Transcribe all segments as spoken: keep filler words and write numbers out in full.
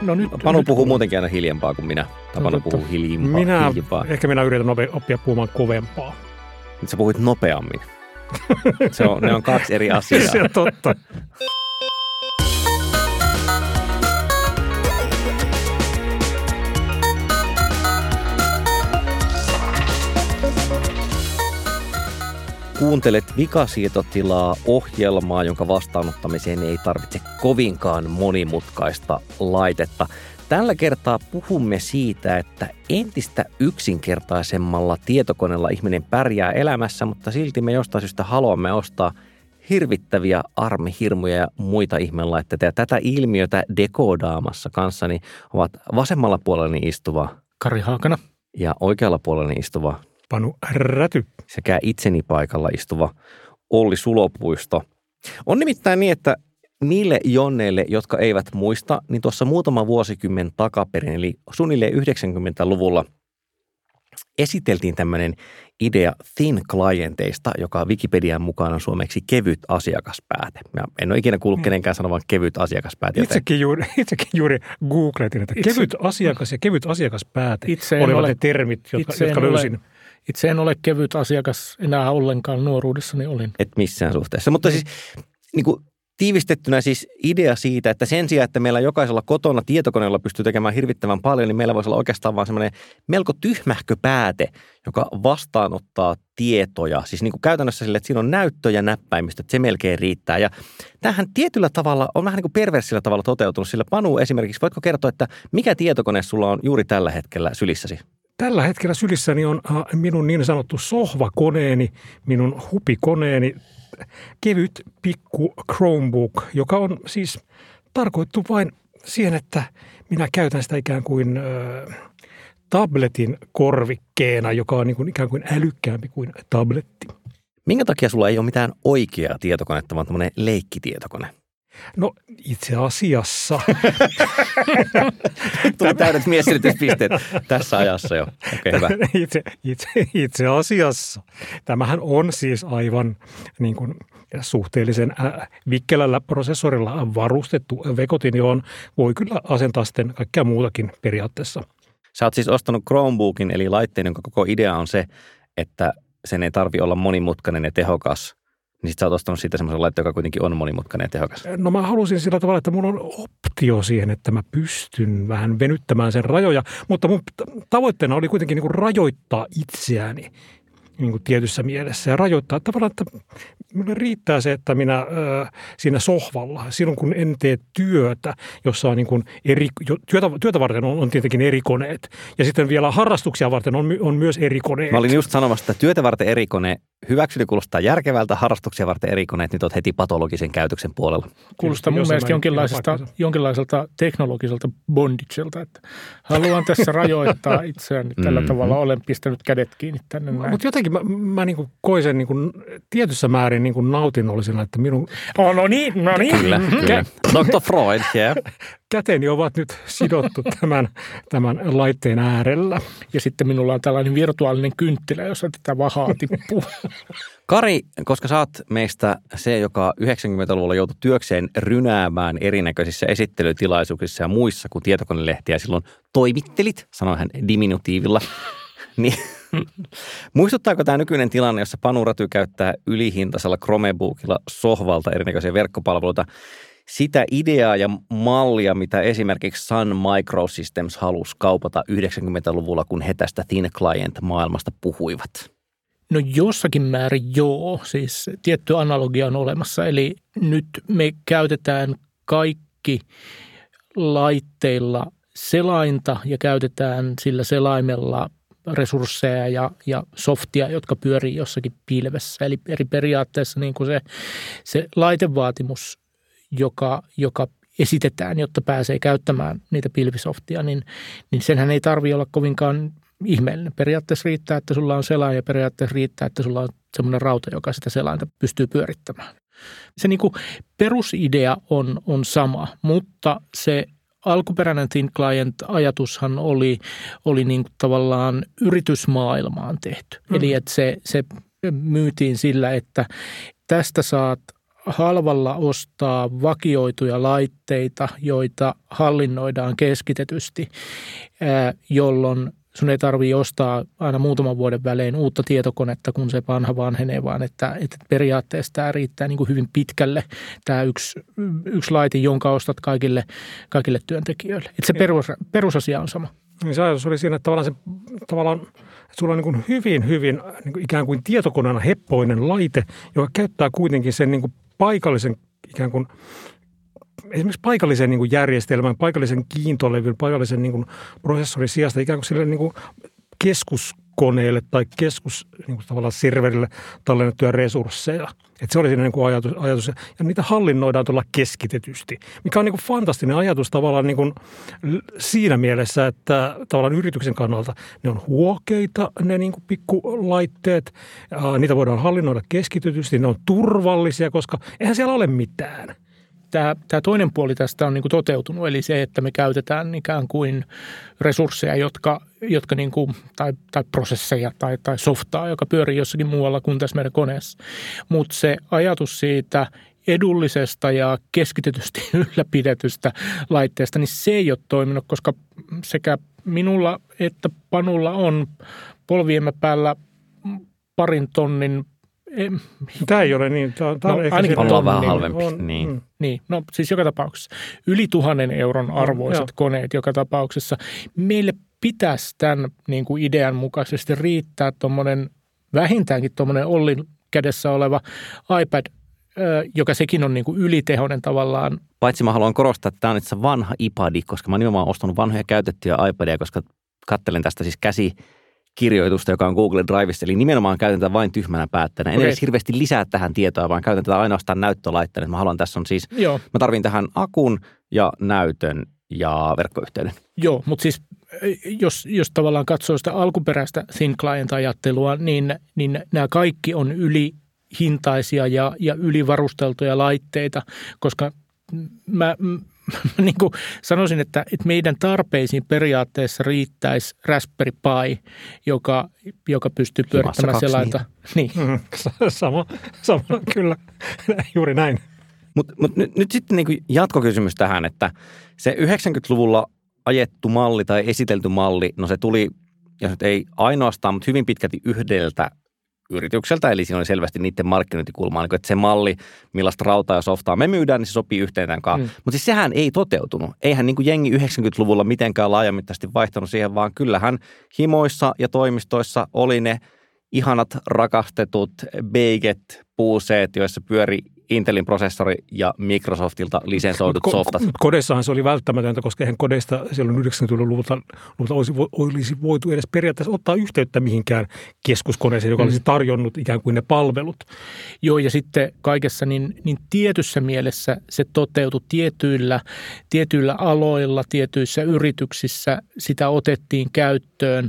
No nyt, Panu nyt, puhuu kun... muutenkin aina hiljempaa kuin minä. Tai Panu puhuu hiljempaa. Minä, hiljempaa. ehkä minä yritän nope- oppia puhumaan kovempaa. Nyt sä puhuit nopeammin. Se on, ne on kaksi eri asiaa. Se on totta. Kuuntelet Vikasietotilaa, ohjelmaa, jonka vastaanottamiseen ei tarvitse kovinkaan monimutkaista laitetta. Tällä kertaa puhumme siitä, että entistä yksinkertaisemmalla tietokoneella ihminen pärjää elämässä, mutta silti me jostain syystä haluamme ostaa hirvittäviä armihirmuja ja muita ihmelaitteita. Ja tätä ilmiötä dekoodaamassa kanssani ovat vasemmalla puolellani istuva Kari Haakana ja oikealla puolellani istuva Panu Räty. sekä itseni paikalla istuva Olli Sulopuisto. On nimittäin niin, että niille jonneille, jotka eivät muista, niin tuossa muutama vuosikymmen takaperin, eli suunnilleen yhdeksänkymmentäluvulla, esiteltiin tämmöinen idea Thin Clienteista, joka Wikipedian mukaan on suomeksi kevyt asiakaspääte. Mä en ole ikinä kuullut kenenkään sanovan kevyt asiakaspääte. Itsekin juuri, itsekin juuri googletin, että itse, kevyt asiakas ja kevyt asiakaspääte olivat ole, ne termit, jotka, jotka löysin. Ole, itse en ole kevyt asiakas enää ollenkaan, nuoruudessani olin. Et missään suhteessa, mutta siis niin kuin tiivistettynä siis idea siitä, että sen sijaan, että meillä jokaisella kotona tietokoneella pystyy tekemään hirvittävän paljon, niin meillä voisi olla oikeastaan vaan semmoinen melko tyhmähkö pääte, joka vastaanottaa tietoja. Siis niin kuin käytännössä sille, että siinä on näyttö ja näppäimistö, että se melkein riittää. Ja tämähän tietyllä tavalla on vähän niin kuin perversillä tavalla toteutunut, sillä Panu esimerkiksi, voitko kertoa, että mikä tietokone sulla on juuri tällä hetkellä sylissäsi? Tällä hetkellä sylissäni on minun niin sanottu sohvakoneeni, minun hupikoneeni, kevyt pikku Chromebook, joka on siis tarkoittu vain siihen, että minä käytän sitä ikään kuin äh, tabletin korvikkeena, joka on niin kuin ikään kuin älykkäämpi kuin tabletti. Minkä takia sulla ei ole mitään oikeaa tietokonetta, vaan tämmöinen leikkitietokone? No itse asiassa. Tuli täydet miesselityspisteet tässä ajassa jo. Okei, hyvä. Itse, itse, itse asiassa. Tämähän on siis aivan niin kuin suhteellisen äh, vikkelällä prosessorilla varustettu vekotin, johon voi kyllä asentaa sitten kaikkea muutakin periaatteessa. Sä oot siis ostanut Chromebookin, eli laitteen, jonka koko idea on se, että sen ei tarvitse olla monimutkainen ja tehokas. Niin sit sä oot ostanut siitä semmoisen laitteen, joka kuitenkin on monimutkainen ja tehokas. No mä halusin sillä tavalla, että mulla on optio siihen, että mä pystyn vähän venyttämään sen rajoja, mutta mun tavoitteena oli kuitenkin niin kuin rajoittaa itseäni niin kuin tietyssä mielessä ja rajoittaa tavallaan, että minulle riittää se, että minä äh, siinä sohvalla, silloin kun en tee työtä, jossa on niin kuin eri, työtä, työtä varten on, on tietenkin eri koneet ja sitten vielä harrastuksia varten on, on myös eri koneet. Mä olin just sanomassa, että työtä varten eri kone, hyväksyni kuulostaa järkevältä, harrastuksia varten eri koneet, nyt oot heti patologisen käytöksen puolella. Kuulostaa mun mielestä jonkinlaisesta, jonkinlaiselta teknologiselta bonditselta, että haluan tässä rajoittaa itseäni tällä mm-hmm. tavalla, olen pistänyt kädet kiinni tänne näin. Mutta jotenkin mä, mä niin kuin koin sen niin kuin tietyssä määrin niin kuin nautinnollisena, että minun... Oh, no niin, no niin. Kyllä, kyllä. doktor Freud, yeah. Käteni ovat nyt sidottu tämän, tämän laitteen äärellä. Ja sitten minulla on tällainen virtuaalinen kynttilä, jossa tätä vahaa tippuu. Kari, koska sä oot meistä se, joka yhdeksänkymmentäluvulla joutui työkseen rynäämään erinäköisissä esittelytilaisuuksissa ja muissa, kun tietokonelehtiä silloin toimittelit, sanoin hän diminutiivilla, niin muistuttaako tämä nykyinen tilanne, jossa Panu Räty käyttää ylihintaisella Chromebookilla sohvalta erinäköisiä verkkopalveluita, sitä ideaa ja mallia, mitä esimerkiksi Sun Microsystems halusi kaupata yhdeksänkymmentäluvulla, kun he tästä Thin Client-maailmasta puhuivat? No jossakin määrin joo, siis tietty analogia on olemassa. Eli nyt me käytetään kaikki laitteilla selainta ja käytetään sillä selaimella resursseja ja, ja softia, jotka pyörii jossakin pilvessä. Eli eri periaatteessa niin kuin se, se laitevaatimus, joka, joka esitetään, jotta pääsee käyttämään niitä pilvisoftia, niin, niin senhän ei tarvitse olla kovinkaan ihmeellinen. Periaatteessa riittää, että sulla on selain ja periaatteessa riittää, että sulla on semmoinen rauta, joka sitä selainta pystyy pyörittämään. Se niin kuin perusidea on, on sama, mutta se alkuperäinen Thin Client-ajatushan oli, oli niin kuin tavallaan yritysmaailmaan tehty. Mm. Eli että se, se myytiin sillä, että tästä saat halvalla ostaa vakioituja laitteita, joita hallinnoidaan keskitetysti, jolloin sun ei tarvitse ostaa aina muutaman vuoden välein uutta tietokonetta, kun se vanha vanhenee, vaan että, että periaatteessa tämä riittää niin kuin hyvin pitkälle tämä yksi, yksi laite, jonka ostat kaikille, kaikille työntekijöille. Että se perus, perusasia on sama. Niin se ajatus oli siinä, että tavallaan, se, tavallaan, että sulla on niin kuin hyvin, hyvin niin kuin ikään kuin tietokoneena heppoinen laite, joka käyttää kuitenkin sen niin kuin paikallisen ikään kuin esimerkiksi paikallisen niin kuin järjestelmän, paikallisen kiintolevyn, paikallisen niin kuin prosessorin sijasta ikään kuin sille niin kuin keskuskoneelle tai keskus niin kuin tavallaan serverille tallennettuja resursseja. Että se oli siinä niin kuin ajatus, ajatus. Ja niitä hallinnoidaan tuolla keskitetysti, mikä on niin kuin fantastinen ajatus tavallaan niin kuin siinä mielessä, että tavallaan yrityksen kannalta ne on huokeita, ne niin kuin pikkulaitteet. Niitä voidaan hallinnoida keskitetysti, ne on turvallisia, koska eihän siellä ole mitään. Tämä, tämä toinen puoli tästä on niin kuin toteutunut, eli se, että me käytetään ikään kuin resursseja, jotka, jotka niin kuin, tai, tai prosesseja tai, tai softaa, joka pyörii jossakin muualla kuin tässä meidän koneessa. Mutta se ajatus siitä edullisesta ja keskitetysti ylläpidetystä laitteesta, niin se ei ole toiminut, koska sekä minulla että Panulla on polviemme päällä parin tonnin. Tämä ei ole niin. Tämä on, tämä no, on ainakin on vähän halvempi. On, niin. Mm. niin, no siis joka tapauksessa. Yli tuhannen euron arvoiset no, koneet joka tapauksessa. Meille pitäisi tämän niin kuin idean mukaisesti riittää tuommoinen vähintäänkin tuommoinen Ollin kädessä oleva iPad, joka sekin on niin kuin ylitehoinen tavallaan. Paitsi mä haluan korostaa, että tämä on itse vanha iPad, koska mä nimenomaan ostanut vanhoja käytettyjä iPadia, koska katselen tästä siis käsi kirjoitusta, joka on Google Drivessa, eli nimenomaan käytän tätä vain tyhmänä päättänä. En okay. edes hirveästi lisää tähän tietoa, vaan käytän tätä ainoastaan näyttölaitteena. Mä haluan, tässä on siis, Joo. mä tarvin tähän akun ja näytön ja verkkoyhteyden. Joo, mutta siis jos, jos tavallaan katsoo sitä alkuperäistä Thin Client-ajattelua, niin, niin nämä kaikki on ylihintaisia ja, ja ylivarusteltuja laitteita, koska mä niin kuin sanoisin, että, että meidän tarpeisiin periaatteessa riittäisi Raspberry Pi, joka, joka pystyy pyörittämään selainta. Niin. Mm, sama, sama, kyllä, juuri näin. Mutta mut nyt, nyt sitten niin kuin jatkokysymys tähän, että se yhdeksänkymmentäluvulla ajettu malli tai esitelty malli, no se tuli, jos nyt ei ainoastaan, mutta hyvin pitkälti yhdeltä yritykseltä, eli siinä oli selvästi niiden markkinointikulmaa, että se malli, millaista rautaa ja softaa me myydään, niin se sopii yhteen tämän kanssa. Mm. Mutta siis sehän ei toteutunut. Eihän niin kuin jengi yhdeksänkymmentäluvulla mitenkään laajamittaisesti vaihtanut siihen, vaan kyllähän himoissa ja toimistoissa oli ne ihanat rakastetut beiget, puuseet, joissa pyöri Intelin prosessori ja Microsoftilta lisensoidut Ko- softat. Kodeissahan se oli välttämätöntä, koska eihän kodeista silloin yhdeksänkymmentäluvulta olisi, olisi voitu edes periaatteessa ottaa yhteyttä mihinkään keskuskoneeseen, joka mm. olisi tarjonnut ikään kuin ne palvelut. Joo, ja sitten kaikessa niin, niin tietyssä mielessä se toteutui tietyillä, tietyillä aloilla, tietyissä yrityksissä. Sitä otettiin käyttöön,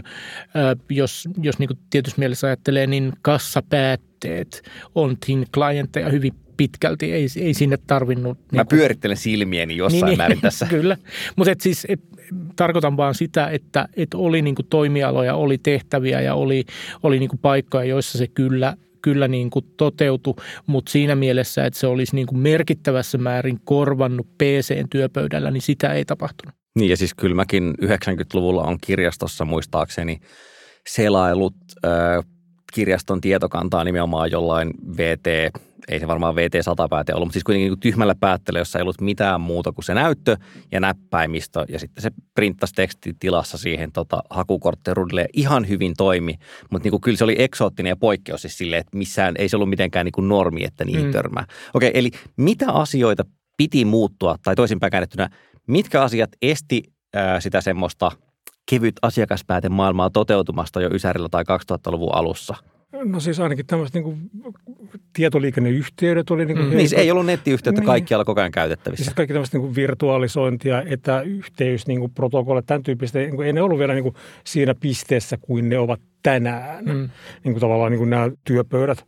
jos, jos niin kuin tietyssä mielessä ajattelee, niin kassapäätteet on Thin Clientteja hyvin pitkälti, ei, ei sinne tarvinnut. Mä niin kuin pyörittelen silmieni jossain niin, määrin tässä. Kyllä, mutta siis et, tarkoitan vaan sitä, että et oli niin kuin toimialoja, oli tehtäviä ja oli, oli niin kuin paikkoja, joissa se kyllä, kyllä niin kuin toteutui, mutta siinä mielessä, että se olisi niin kuin merkittävässä määrin korvannut P C:n työpöydällä, niin sitä ei tapahtunut. Niin ja siis kyllä mäkin yhdeksänkymmentäluvulla on kirjastossa muistaakseni selailut äh, kirjaston tietokantaa nimenomaan jollain V T, ei se varmaan V T sata pääte ollut, mutta siis kuitenkin niin tyhmällä päätteellä, jossa ei ollut mitään muuta kuin se näyttö ja näppäimistö ja sitten se printtasi tekstitilassa siihen tota, hakukorttirudille ihan hyvin toimi, mutta niin kuin kyllä se oli eksoottinen ja poikkeus siis silleen, että missään ei se ollut mitenkään niin kuin normi, että niihin mm. törmää. Okei, eli mitä asioita piti muuttua tai toisinpäin käännettynä, mitkä asiat esti ää, sitä semmoista kevyt asiakaspäätemaailmaa toteutumasta jo Ysärillä tai kaksituhattaluvun alussa? No siis ainakin tämmöiset niin kuin tietoliikenneyhteydet oli niin kuin mm. Niin ei ollut nettiyhteyttä niin. Kaikkialla koko ajan käytettävissä. Siis kaikki tämmöiset niin kuin virtualisointia, etäyhteys, niin kuin protokollat, tämän tyyppistä. Niin kuin ei ne ollut vielä niin kuin siinä pisteessä kuin ne ovat tänään. Mm. Niin kuin tavallaan niin kuin nämä työpöydät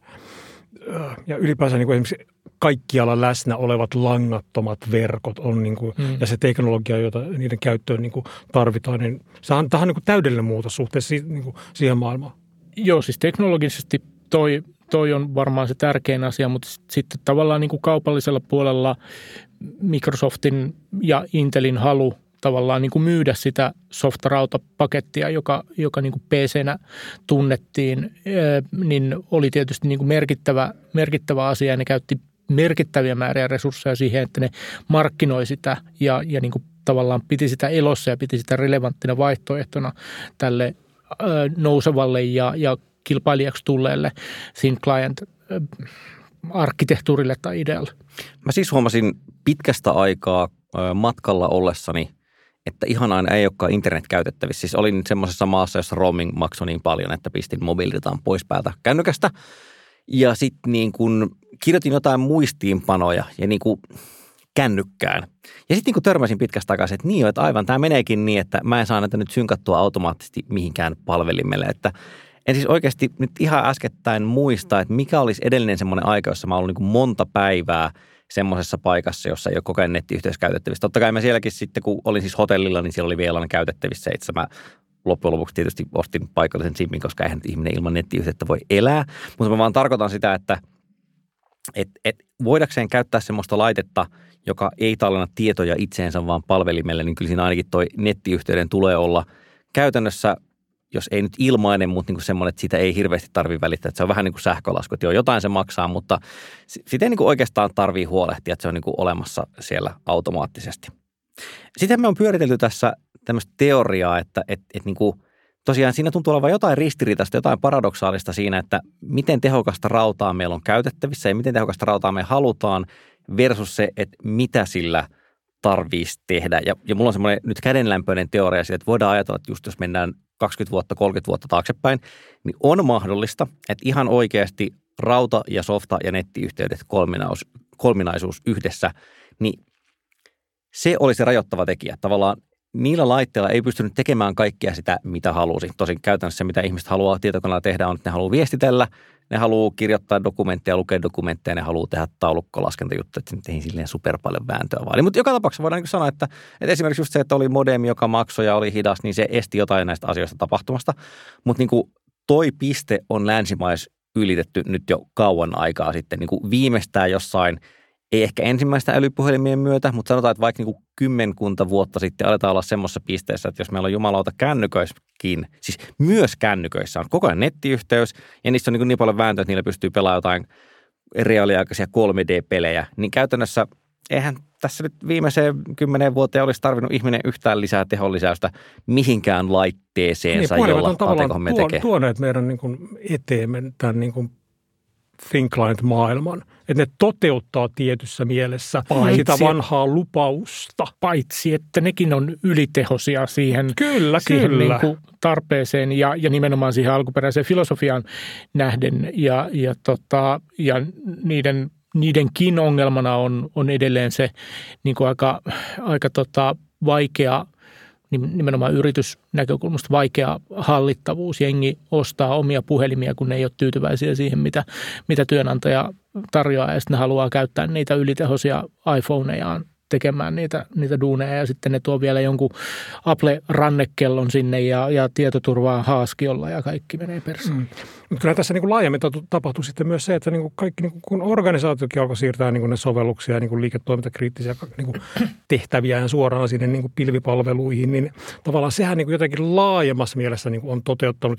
ja ylipäänsä niin kuin esimerkiksi kaikkialla läsnä olevat langattomat verkot on niin kuin, mm. ja se teknologia, jota niiden käyttöön niin kuin tarvitaan, niin se on, tämä on niin kuin täydellinen muutos suhteessa niin kuin siihen maailmaan. Joo, siis teknologisesti toi, toi on varmaan se tärkein asia, mutta sitten tavallaan niin kuin kaupallisella puolella Microsoftin ja Intelin halu tavallaan niin kuin myydä sitä softa-rautapakettia, joka, joka niin kuin P C:nä tunnettiin, niin oli tietysti niin kuin merkittävä, merkittävä asia ja ne käytti merkittäviä määriä resursseja siihen, että ne markkinoi sitä ja, ja niin kuin tavallaan piti sitä elossa ja piti sitä relevanttina vaihtoehtona tälle ö, nousevalle ja, ja kilpailijaksi tulleelle thin client arkkitehtuurille tai idealle. Mä siis huomasin pitkästä aikaa matkalla ollessani, että ihan aina ei olekaan internet käytettävissä. Siis olin semmoisessa maassa, jossa roaming maksoi niin paljon, että pistin mobiilidataan pois päältä kännykästä. Ja sitten niin kun kirjoitin jotain muistiinpanoja ja niin kuin kännykkään. Ja sitten niin törmäsin pitkästä aikaa, että niin, että aivan tämä meneekin niin, että mä en saa näitä nyt synkattua automaattisesti mihinkään palvelimelle. Että en siis oikeasti nyt ihan äskettäin muista, että mikä olisi edellinen semmoinen aika, jossa mä oon ollut niin monta päivää semmoisessa paikassa, jossa ei ole koko ajan nettiyhteys käytettävissä. Totta kai mä sielläkin sitten, kun olin siis hotellilla, niin siellä oli V L A N käytettävissä. Itse mä loppujen lopuksi tietysti ostin paikallisen SIMin, koska eihän ihminen ilman nettiyhteyttä voi elää. Mutta mä vaan tarkoitan sitä, että et, et voidakseen käyttää semmoista laitetta, joka ei tallenna tietoja itseensä vaan palvelimelle, niin kyllä siinä ainakin toi nettiyhteyden tulee olla käytännössä, jos ei nyt ilmainen, mutta niin kuin semmoinen, että siitä ei hirveästi tarvitse välittää. Että se on vähän niin kuin sähkölasku, että joo, jotain se maksaa, mutta sitä ei niin kuin oikeastaan tarvitse huolehtia, että se on niin kuin olemassa siellä automaattisesti. Sitten me on pyöritelty tässä tämmöistä teoriaa, että että, että niin kuin tosiaan siinä tuntuu olevan jotain ristiriitaista, jotain paradoksaalista siinä, että miten tehokasta rautaa meillä on käytettävissä ja miten tehokasta rautaa me halutaan versus se, että mitä sillä tarvitsisi tehdä. Ja, ja mulla on semmoinen nyt kädenlämpöinen teoria siitä, että voidaan ajatella, että just jos mennään kaksikymmentä vuotta, kolmekymmentä vuotta taaksepäin, niin on mahdollista, että ihan oikeasti rauta ja softa ja nettiyhteydet, kolminaisuus, kolminaisuus yhdessä, niin se oli se rajoittava tekijä. Tavallaan niillä laitteilla ei pystynyt tekemään kaikkea sitä, mitä halusi. Tosin käytännössä se, mitä ihmiset haluaa tietokoneella tehdä, on, että ne haluaa viestitellä, ne haluaa kirjoittaa dokumentteja, lukea dokumentteja, ne haluaa tehdä taulukkolaskenta-juttuja, että se ei silleen super paljon vääntöä vaadi. Mutta joka tapauksessa voidaan niin sanoa, että, että esimerkiksi just se, että oli modemi, joka maksoi ja oli hidas, niin se esti jotain näistä asioista tapahtumasta. Mutta niin kuin toi piste on länsimais ylitetty nyt jo kauan aikaa sitten, niin kuin viimeistään jossain, ei ehkä ensimmäistä älypuhelimien myötä, mutta sanotaan, että vaikka niin kuin kymmenkunta vuotta sitten aletaan olla semmoisessa pisteessä, että jos meillä on jumalauta kännyköissäkin, siis myös kännyköissä on koko ajan nettiyhteys, ja niissä on niin, niin paljon vääntöä, että niillä pystyy pelaamaan jotain reaaliaikaisia kolme D-pelejä, niin käytännössä eihän tässä nyt viimeiseen kymmeneen vuoteen olisi tarvinnut ihminen yhtään lisää tehonlisäystä mihinkään laitteeseensa, niin, jolla AT-hommi tekee. Tuo, tuoneet meidän niin kuin eteemme tämän niin kuin thin client-maailman, että ne toteuttaa tietyssä mielessä paitsi, sitä vanhaa lupausta. Paitsi, että nekin on ylitehosia siihen, kyllä, siihen kyllä. Niin kuin tarpeeseen ja, ja nimenomaan siihen alkuperäiseen filosofiaan nähden ja, ja, tota, ja niiden, niidenkin ongelmana on, on edelleen se niin kuin aika, aika tota, vaikea, nimenomaan yritysnäkökulmasta vaikea hallittavuus. Jengi ostaa omia puhelimia, kun ne ei ole tyytyväisiä siihen, mitä, mitä työnantaja tarjoaa, ja sitten ne haluaa käyttää niitä ylitehoisia iPhonejaan tekemään niitä, niitä duuneja, ja sitten ne tuo vielä jonkun Apple-rannekellon sinne ja, ja tietoturvaa haaskiolla, ja kaikki menee perään. Mm. Mutta kyllä tässä niin kuin laajemmin tapahtui sitten myös se, että niin kuin kaikki, niin kuin, kun organisaatiokin alkoi siirtää niin kuin ne sovelluksia ja niin kuin liiketoimintakriittisiä niin kuin tehtäviään suoraan sinne niin kuin pilvipalveluihin, niin tavallaan sehän niin kuin jotenkin laajemmassa mielessä niin kuin on toteuttanut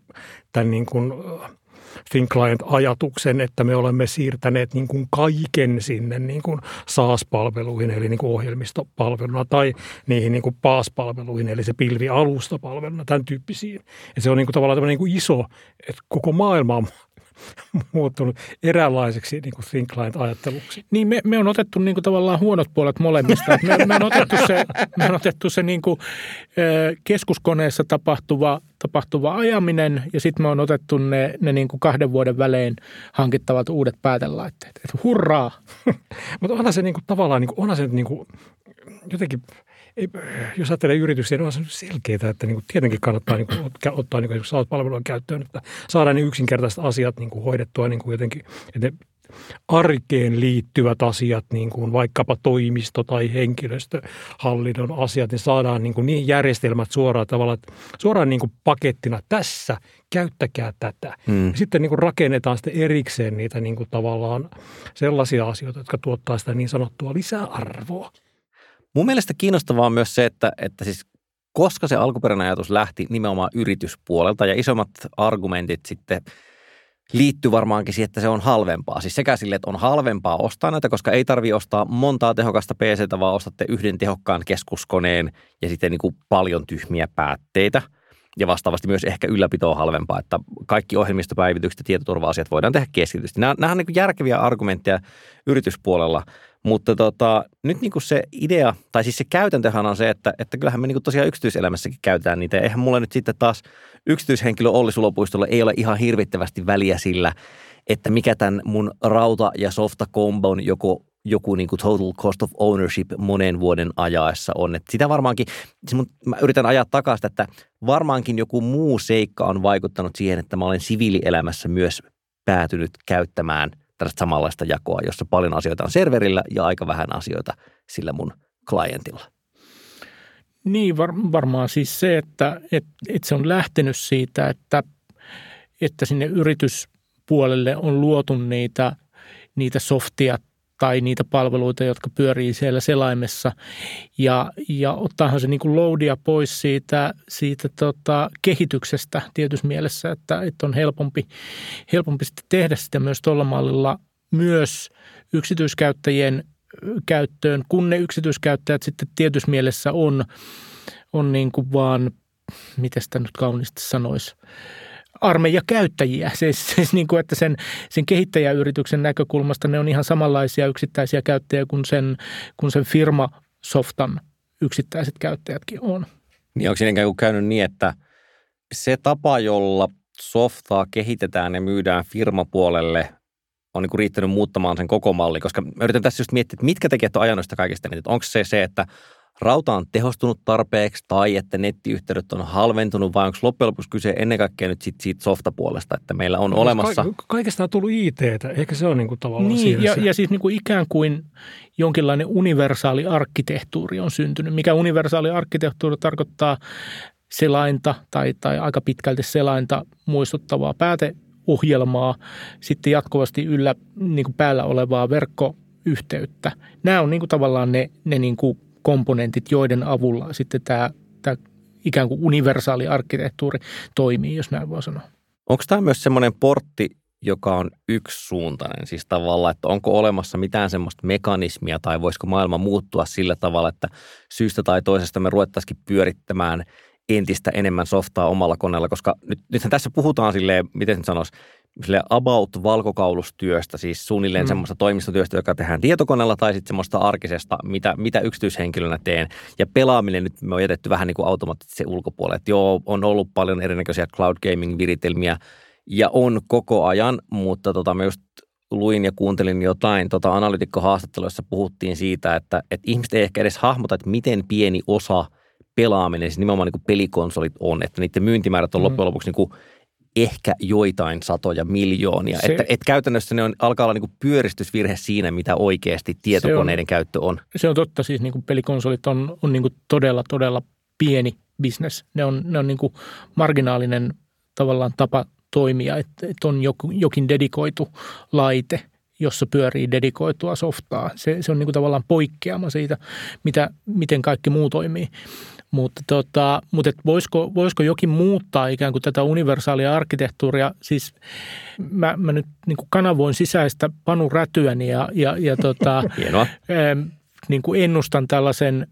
tämän niin kuin thin client-ajatuksen, että me olemme siirtäneet niin kuin kaiken sinne niin kuin SaaS-palveluihin, eli niin kuin ohjelmistopalveluna, tai niihin niin kuin P A S-palveluihin, eli se pilvialustapalveluna, tämän tyyppisiin. Ja se on niin kuin tavallaan tämmöinen niin kuin iso, että koko maailma on muuttunut eräänlaiseksi niin kuin thin client-ajatteluksi. Niin me, me on otettu niin kuin tavallaan huonot puolet molemmista. Me, me on otettu se, me on otettu se niin kuin, keskuskoneessa tapahtuva, tapahtuva ajaminen ja sitten me on otettu ne, ne niin kuin kahden vuoden välein hankittavat uudet päätelaitteet. Että hurraa! Mutta onhan se niin kuin, tavallaan, niin kuin, onhan se niin kuin, jotenkin... Ei, jos ajattelee yrityksiä, niin on se selkeää, että niin kuin tietenkin kannattaa niin kuin, ottaa niin kuin, palvelua käyttöön, että saadaan niin yksinkertaiset asiat niin kuin, hoidettua niin kuin jotenkin, että arkeen liittyvät asiat, niin kuin vaikkapa toimisto- tai henkilöstöhallinnon asiat, niin saadaan niin kuin niihin järjestelmät suoraan tavallaan, suoraan niin kuin pakettina tässä, käyttäkää tätä. Hmm. Ja sitten niin kuin rakennetaan sitten erikseen niitä niin kuin tavallaan sellaisia asioita, jotka tuottaa sitä niin sanottua lisäarvoa. Mun mielestä kiinnostavaa on myös se, että, että siis koska se alkuperäinen ajatus lähti nimenomaan yrityspuolelta ja isommat argumentit sitten liittyy varmaankin siihen, että se on halvempaa. Siis sekä sille, että on halvempaa ostaa näitä, koska ei tarvitse ostaa montaa tehokasta P C:tä, vaan ostatte yhden tehokkaan keskuskoneen ja sitten niin kuin paljon tyhmiä päätteitä. Ja vastaavasti myös ehkä ylläpito on halvempaa, että kaikki ohjelmistopäivitykset ja tietoturva-asiat voidaan tehdä keskitysti. Nämä, nämä on niin kuin järkeviä argumentteja yrityspuolella, mutta tota, nyt niin kuin se idea, tai siis se käytäntöhän on se, että, että kyllähän me niin kuin tosiaan yksityiselämässäkin käytetään niitä. Eihän mulla nyt sitten taas yksityishenkilö Olli Sulopuistolla ei ole ihan hirvittävästi väliä sillä, että mikä tämän mun rauta- ja softa-kombon joko joku niin kuin total cost of ownership monen vuoden ajaessa on. Että sitä varmaankin, mä yritän ajaa takaisin, että varmaankin joku muu seikka on vaikuttanut siihen, että mä olen siviilielämässä myös päätynyt käyttämään tällaista samanlaista jakoa, jossa paljon asioita on serverillä ja aika vähän asioita sillä mun klientilla. Niin, var, varmaan siis se, että et, et se on lähtenyt siitä, että, että sinne yrityspuolelle on luotu niitä, niitä softia tai niitä palveluita, jotka pyörii siellä selaimessa. Ja, ja ottaahan se niin kuin loadia pois siitä, siitä tota kehityksestä tietyssä mielessä, että, että on helpompi, helpompi sitten tehdä sitä myös tuolla mallilla myös yksityiskäyttäjien käyttöön, kun ne yksityiskäyttäjät sitten tietyssä mielessä on, on niin kuin vaan, miten sitä nyt kauniisti sanoisi, armeijakäyttäjiä. Siis, siis niin kuin, että sen, sen kehittäjäyrityksen näkökulmasta ne on ihan samanlaisia yksittäisiä käyttäjiä kuin sen, kuin sen firma-softan yksittäiset käyttäjätkin on. Niin onko siinä ikään kuin käynyt niin, että se tapa, jolla softaa kehitetään ja myydään firmapuolelle, on niin kuin riittänyt muuttamaan sen koko malli, koska mä yritän tässä just miettiä, että mitkä tekijät on ajanut sitä kaikista niitä. Onko se se, että rauta on tehostunut tarpeeksi tai että nettiyhteydet on halventunut vai onko loppujen lopuksi kyse ennen kaikkea nyt sit siitä softapuolesta, että meillä on no, olemassa. Ka- kaikesta on tullut I T:tä, ehkä se on niin kuin tavallaan niin, ja, ja siis niin kuin ikään kuin jonkinlainen universaali arkkitehtuuri on syntynyt. Mikä universaali arkkitehtuuri tarkoittaa selainta tai, tai aika pitkälti selainta muistuttavaa pääteohjelmaa, sitten jatkuvasti yllä niin kuin päällä olevaa verkkoyhteyttä. Nämä on niin kuin tavallaan ne, ne niin kuin komponentit, joiden avulla sitten tämä, tämä ikään kuin universaali arkkitehtuuri toimii, jos näin voi sanoa. Onko tämä myös semmoinen portti, joka on yksisuuntainen, siis tavallaan, että onko olemassa mitään semmoista mekanismia tai voisiko maailma muuttua sillä tavalla, että syystä tai toisesta me ruvettaisiin pyörittämään entistä enemmän softaa omalla koneella, koska nyt, nythän tässä puhutaan silleen, miten sen sanoisi, silleen about valkokaulustyöstä, siis suunnilleen mm. semmoista toimistotyöstä, joka tehdään tietokoneella tai sitten semmoista arkisesta, mitä, mitä yksityishenkilönä teen. Ja pelaaminen nyt me on jätetty vähän niin kuin automaattisesti ulkopuolelle. Että joo, on ollut paljon erinäköisiä cloud gaming-viritelmiä ja on koko ajan, mutta tota, mä just luin ja kuuntelin jotain tota analytikkohaastatteluissa puhuttiin siitä, että, että ihmiset ei ehkä edes hahmota, että miten pieni osa pelaaminen, siis nimenomaan niin kuin pelikonsolit on, että niiden myyntimäärät on mm. loppujen lopuksi niin kuin ehkä joitain satoja miljoonia. Se, että, että käytännössä ne on, alkaa olla niin kuin pyöristysvirhe siinä, mitä oikeasti tietokoneiden on, käyttö on. Se on totta, siis niin kuin pelikonsolit on, on niin kuin todella, todella pieni business. Ne on, ne on niin kuin marginaalinen tavallaan tapa toimia, että, että on joku, jokin dedikoitu laite, jossa pyörii dedikoitua softaa. Se, se on niin kuin tavallaan poikkeama siitä, mitä, miten kaikki muu toimii. Mutta, tota, mutta voisiko, voisiko jokin muuttaa ikään kuin tätä universaalia arkkitehtuuria? Siis mä, mä nyt niin kuin kanavoin sisäistä Panu Rätyäni ja, ja, ja tota, niin kuin ennustan tällaisen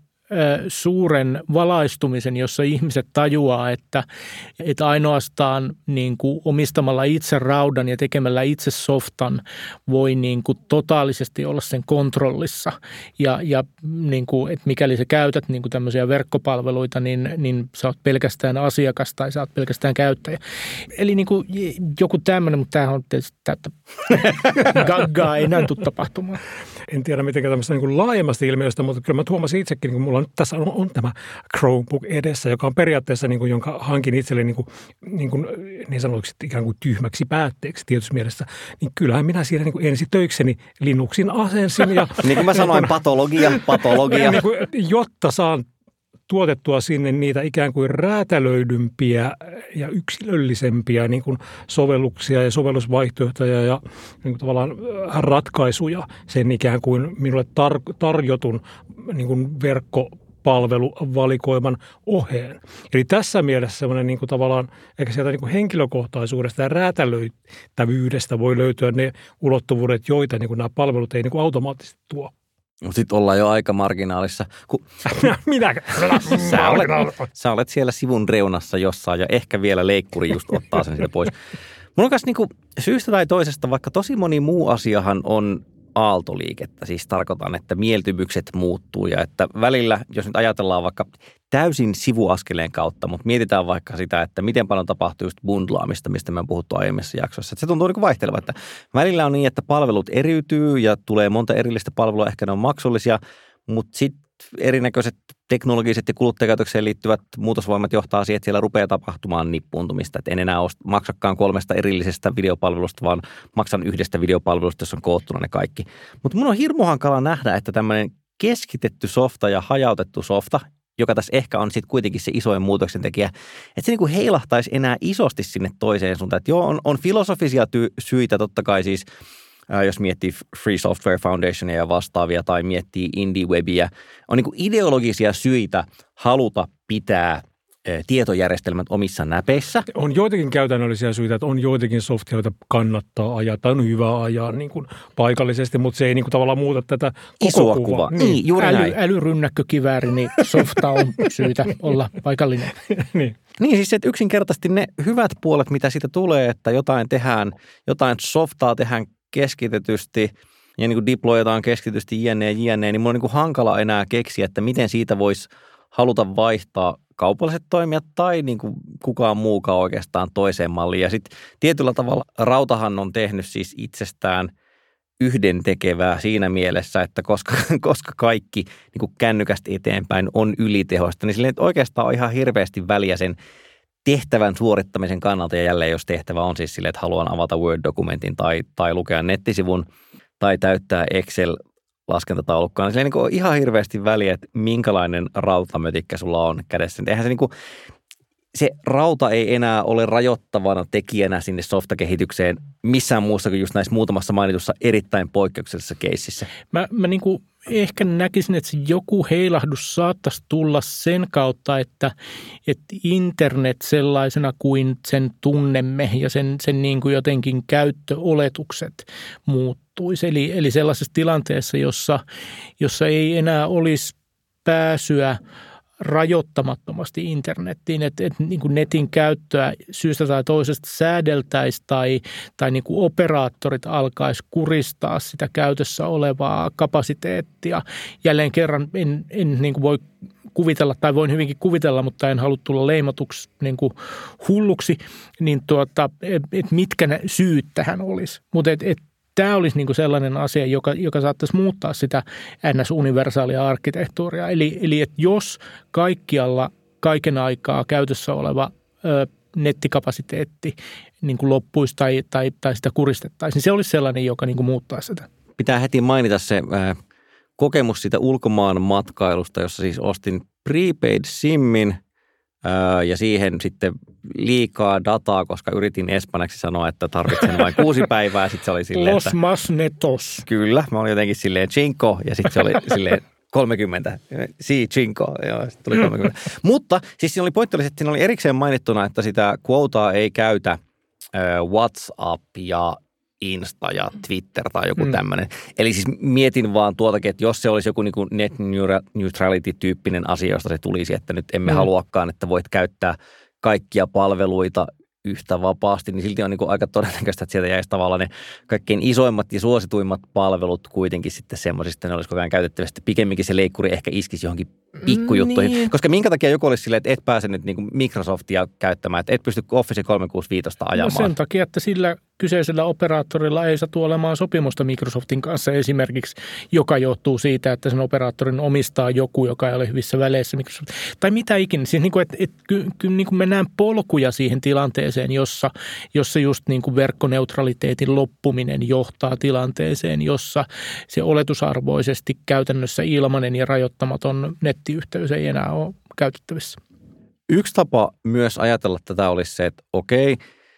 suuren valaistumisen, jossa ihmiset tajuaa, että, että ainoastaan niin kuin omistamalla itse raudan ja tekemällä itse softan voi niin kuin totaalisesti olla sen kontrollissa. Ja, ja niin kuin, että mikäli sä käytät niin kuin tämmöisiä verkkopalveluita, niin, niin sä oot pelkästään asiakas tai sä oot pelkästään käyttäjä. Eli niin kuin joku tämmöinen, mutta tämähän on tietysti täyttä gaggaa, ei näin tule tapahtumaan. en tiedä mitenkään tämmöistä niin kuin laajemmasta ilmiöstä, mutta kyllä mä huomasin itsekin, niin mulla on, tässä on, on tämä Chromebook edessä, joka on periaatteessa, niin kuin, jonka hankin itselle niin, kuin, niin, kuin, niin sanotuksi ikään kuin tyhmäksi päätteeksi tietyssä mielessä, niin kyllähän minä siinä niin kuin ensi töikseni Linuxin asensin. Ja, niin kuin mä sanoin, niin, patologia, patologia. Niin kuin, jotta saan tuotettua sinne niitä ikään kuin räätälöidympiä ja yksilöllisempiä niin kuin sovelluksia ja sovellusvaihtoehtoja ja niin kuin tavallaan ratkaisuja sen ikään kuin minulle tar- tarjotun niin kuin verkkopalveluvalikoiman oheen. Eli tässä mielessä semmoinen niin kuin tavallaan ehkä sieltä niin kuin henkilökohtaisuudesta ja räätälöittävyydestä voi löytyä ne ulottuvuudet, joita niin kuin nämä palvelut ei niin kuin automaattisesti tuo. Sitten ollaan jo aika marginaalissa. Kun Minä? sä, olet, sä olet siellä sivun reunassa jossain ja ehkä vielä leikkuri just ottaa sen siitä pois. Mulla on myös niinku syystä tai toisesta, vaikka tosi moni muu asiahan on aaltoliikettä. Siis tarkoitan, että mieltymykset muuttuu ja että välillä, jos nyt ajatellaan vaikka täysin sivuaskeleen kautta, mutta mietitään vaikka sitä, että miten paljon tapahtuu just bundlaamista, mistä me on puhuttu aiemmissa jaksoissa. Että se tuntuu niin kuin vaihteleva, että välillä on niin, että palvelut eriytyy ja tulee monta erillistä palvelua, ehkä ne on maksullisia, mutta sitten erinäköiset teknologiset ja kuluttajakäytökseen liittyvät muutosvoimat johtaa siihen, että siellä rupeaa tapahtumaan nippuuntumista. Että en enää maksakaan kolmesta erillisestä videopalvelusta, vaan maksan yhdestä videopalvelusta, jossa on koottuna ne kaikki. Mutta mun on hirmu hankala nähdä, että tämmöinen keskitetty softa ja hajautettu softa, joka tässä ehkä on sitten kuitenkin se isoin muutoksen tekijä, että se niinku heilahtaisi enää isosti sinne toiseen suuntaan. Että joo, on, on filosofisia ty- syitä totta kai siis, jos miettii Free Software Foundationia ja vastaavia tai miettii IndieWebia, on niin kuin ideologisia syitä haluta pitää tietojärjestelmät omissa näpeissä. On joitakin käytännöllisiä syitä, että on joitakin softia, joita kannattaa ajaa tai on hyvä ajaa niin kuin paikallisesti, mutta se ei niin kuin tavallaan muuta tätä koko isoa kuvaa. Kuva. Niin, juuri Äly, näin. Älyrynnäkkökivääri, niin softa on syytä olla paikallinen. niin. Niin siis, että yksinkertaisesti ne hyvät puolet, mitä siitä tulee, että jotain tehdään, jotain softaa tehdään keskitetysti ja niin kuin deployataan keskitysti jne, jne, niin mulla on niin kuin hankala enää keksiä, että miten siitä voisi haluta vaihtaa kaupalliset toimijat tai niin kuin kukaan muukaan oikeastaan toiseen malliin. Ja sitten tietyllä tavalla Rautahan on tehnyt siis itsestään yhdentekevää siinä mielessä, että koska, koska kaikki niin kuin kännykästä eteenpäin on ylitehoista, niin silleen, että oikeastaan on ihan hirveästi väliä sen tehtävän suorittamisen kannalta, ja jälleen jos tehtävä on siis silleen, että haluan avata Word-dokumentin tai, tai lukea nettisivun tai täyttää Excel-laskentataulukkoa, niin silleen niin on ihan hirveästi väliä, että minkälainen rautamötikkä sulla on kädessä. Eihän se, niin kuin, se rauta ei enää ole rajoittavana tekijänä sinne softakehitykseen missään muussa kuin just näissä muutamassa mainitussa erittäin poikkeuksellisessa keississä. Mä, mä niin kuin ehkä näkisin, että se joku heilahdus saattaisi tulla sen kautta, että, että internet sellaisena kuin sen tunnemme ja sen, sen niin kuin jotenkin käyttöoletukset muuttuisi. Eli, eli sellaisessa tilanteessa, jossa, jossa ei enää olisi pääsyä rajoittamattomasti internettiin, että, että niin kuin netin käyttöä syystä tai toisesta säädeltäisiin tai, tai niin kuin operaattorit alkaisi kuristaa sitä käytössä olevaa kapasiteettia. Jälleen kerran en, en niin kuin voi kuvitella, tai voin hyvinkin kuvitella, mutta en halua tulla leimatuksi niin kuin hulluksi, niin tuota, että mitkä ne syyt tähän olisi. Mutta et, et, tämä olisi niin kuin sellainen asia, joka, joka saattaisi muuttaa sitä N S-universaalia arkkitehtuuria. Eli, eli että jos kaikkialla kaiken aikaa käytössä oleva ö, nettikapasiteetti niin kuin loppuisi tai, tai, tai sitä kuristettaisiin, niin se olisi sellainen, joka niin kuin muuttaa sitä. Pitää heti mainita se äh, kokemus siitä ulkomaan matkailusta, jossa siis ostin prepaid simmin äh, ja siihen sitten liikaa dataa, koska yritin espanjaksi sanoa, että tarvitsen vain kuusi päivää. Sitten se oli silleen, Los että más netos. Kyllä, mä olin jotenkin silleen cinco ja sitten se oli silleen kolmekymmentä. Si, cinco, joo, sitten tuli kolmekymmentä. Mutta siis siinä oli pointti, että siinä oli erikseen mainittuna, että sitä quotaa ei käytä äh, WhatsApp ja Insta ja Twitter tai joku mm. tämmöinen. Eli siis mietin vaan tuotakin, että jos se olisi joku niin kuin net neutrality-tyyppinen asia, josta se tulisi, että nyt emme mm. haluakaan, että voit käyttää kaikkia palveluita yhtä vapaasti, niin silti on niin kuin aika todennäköistä, että sieltä jäisi tavallaan ne kaikkein isoimmat ja suosituimmat palvelut kuitenkin sitten semmoisista, ne olisi koko ajan käytettävästi. Pikemminkin se leikkuri ehkä iskisi johonkin pikkujuttuihin. Niin. Koska minkä takia joku olisi silleen, että et pääse nyt niin kuin Microsoftia käyttämään, että et pysty Office kolmesataakuusikymmentäviisi ajamaan. No sen takia, että sillä kyseisellä operaattorilla ei satu olemaan sopimusta Microsoftin kanssa esimerkiksi, joka johtuu siitä, että sen operaattorin omistaa joku, joka ei ole hyvissä väleissä Microsoft. Tai mitä ikinä. Siis niin kuin, että, että kyllä niin kuin me näemme polkuja siihen tilanteeseen, jossa, jossa just niin kuin verkkoneutraliteetin loppuminen johtaa tilanteeseen, jossa se oletusarvoisesti käytännössä ilmainen ja rajoittamaton nettiyhteys ei enää ole käytettävissä. Yksi tapa myös ajatella tätä olisi se, että okei,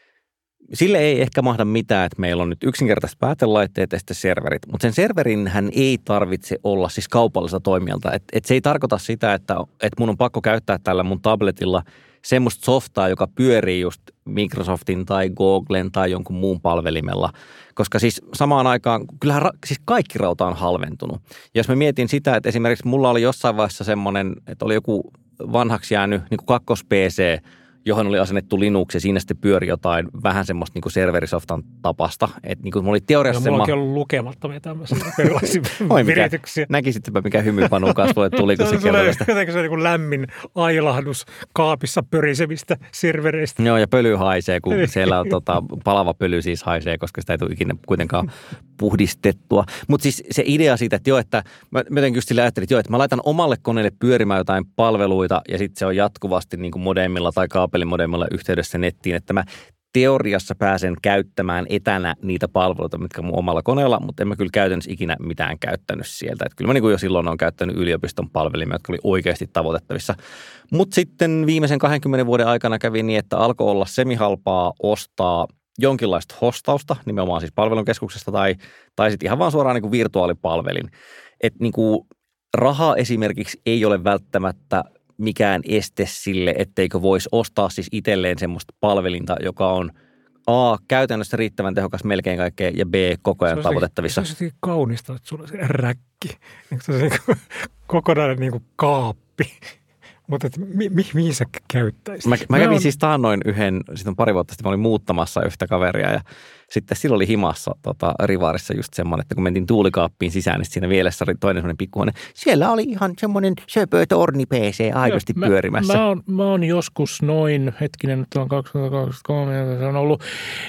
sille ei ehkä mahda mitään, että meillä on nyt yksinkertaiset päätelaitteet ja sitten serverit, mutta sen serverinhän ei tarvitse olla siis kaupallista toimijalta. Et, et se ei tarkoita sitä, että, että mun on pakko käyttää tällä mun tabletilla semmoista softaa, joka pyörii just Microsoftin tai Googlen tai jonkun muun palvelimella, koska siis samaan aikaan, kyllähän ra, siis kaikki rauta on halventunut. Ja jos mä mietin sitä, että esimerkiksi mulla oli jossain vaiheessa semmoinen, että oli joku vanhaksi jäänyt niin kuin kakkos-P C, johon oli asennettu Linux ja siinä sitten pyöri jotain vähän semmoista niin kuin serverisoftan tapasta. Että niin kuin mulla oli teoriassa... No, mulla onkin ollut lukemattomia tämmöisiä erilaisia virityksiä. Näkisittepä mikä hymypanu kasvoille tuli, kun se kertoo tästä. Jotenkin se on niin kuin lämmin ailahdus kaapissa pörisevistä servereistä. Joo, ja pöly haisee, kun siellä on tota, palava pöly siis haisee, koska sitä ei tule ikinä kuitenkaan puhdistettua. Mutta siis se idea siitä, että joo, että mä jotenkin just sillä ajattelin, että joo, että mä laitan omalle koneelle pyörimään jotain palveluita ja sitten se on jatkuvasti niin kuin modemmilla tai kaapelimodeemilla yhteydessä nettiin, että mä teoriassa pääsen käyttämään etänä niitä palveluita, mitkä mun omalla koneella, mutta en mä kyllä käytännössä ikinä mitään käyttänyt sieltä. Että kyllä mä niin kuin jo silloin olen käyttänyt yliopiston palvelimia, jotka oli oikeasti tavoitettavissa. Mutta sitten viimeisen kahdenkymmenen vuoden aikana kävi niin, että alkoi olla semihalpaa ostaa jonkinlaista hostausta, nimenomaan siis palvelukeskuksesta tai, tai sitten ihan vaan suoraan niin kuin virtuaalipalvelin. Että niin kuin raha esimerkiksi ei ole välttämättä mikään este sille, etteikö voisi ostaa siis itselleen semmoista palvelinta, joka on A, käytännössä riittävän tehokas melkein kaikkeen ja B, koko ajan se tavoitettavissa. Se olisi kaunista, että sulla on se räkki, se on se kokonainen niin kuin kaappi. Mutta mi, mi, mihin sä käyttäisit? Mä, mä kävin on... siis taannoin yhden, sitten pari vuotta sitten mä olin muuttamassa yhtä kaveria ja sitten silloin oli himassa tota, Rivarissa just semmoinen, että kun mentiin tuulikaappiin sisään, niin siinä vielessä oli toinen semmoinen pikkuhuone. Siellä oli ihan semmoinen söpö torni-P C aidosti mä, pyörimässä. Mä oon, mä oon joskus noin, hetkinen, nyt on kaksituhattakaksikymmentäkolme, se on ollut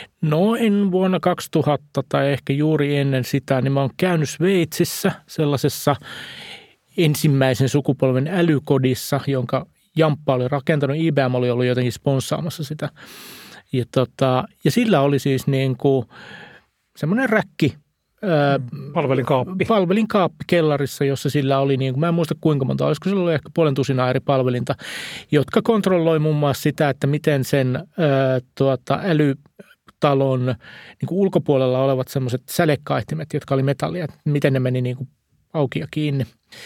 noin vuonna kaksituhatta tai ehkä juuri ennen sitä, niin mä oon käynyt Sveitsissä sellaisessa ensimmäisen sukupolven älykodissa, jonka Jamppa oli rakentanut. I B M oli ollut jotenkin sponssaamassa sitä. Ja, tota, ja sillä oli siis niin kuin semmoinen räkki. Ää, palvelinkaappi. Palvelinkaappi kellarissa, jossa sillä oli, niin kuin, mä en muista kuinka monta, olisiko sillä ollut ehkä puolen tusinaa eri palvelinta, jotka kontrolloi muun muassa sitä, että miten sen ää, tuota, älytalon niin kuin ulkopuolella olevat semmoiset sälekaihtimet, jotka oli metallia, miten ne meni niin kuin auki ja kiinni.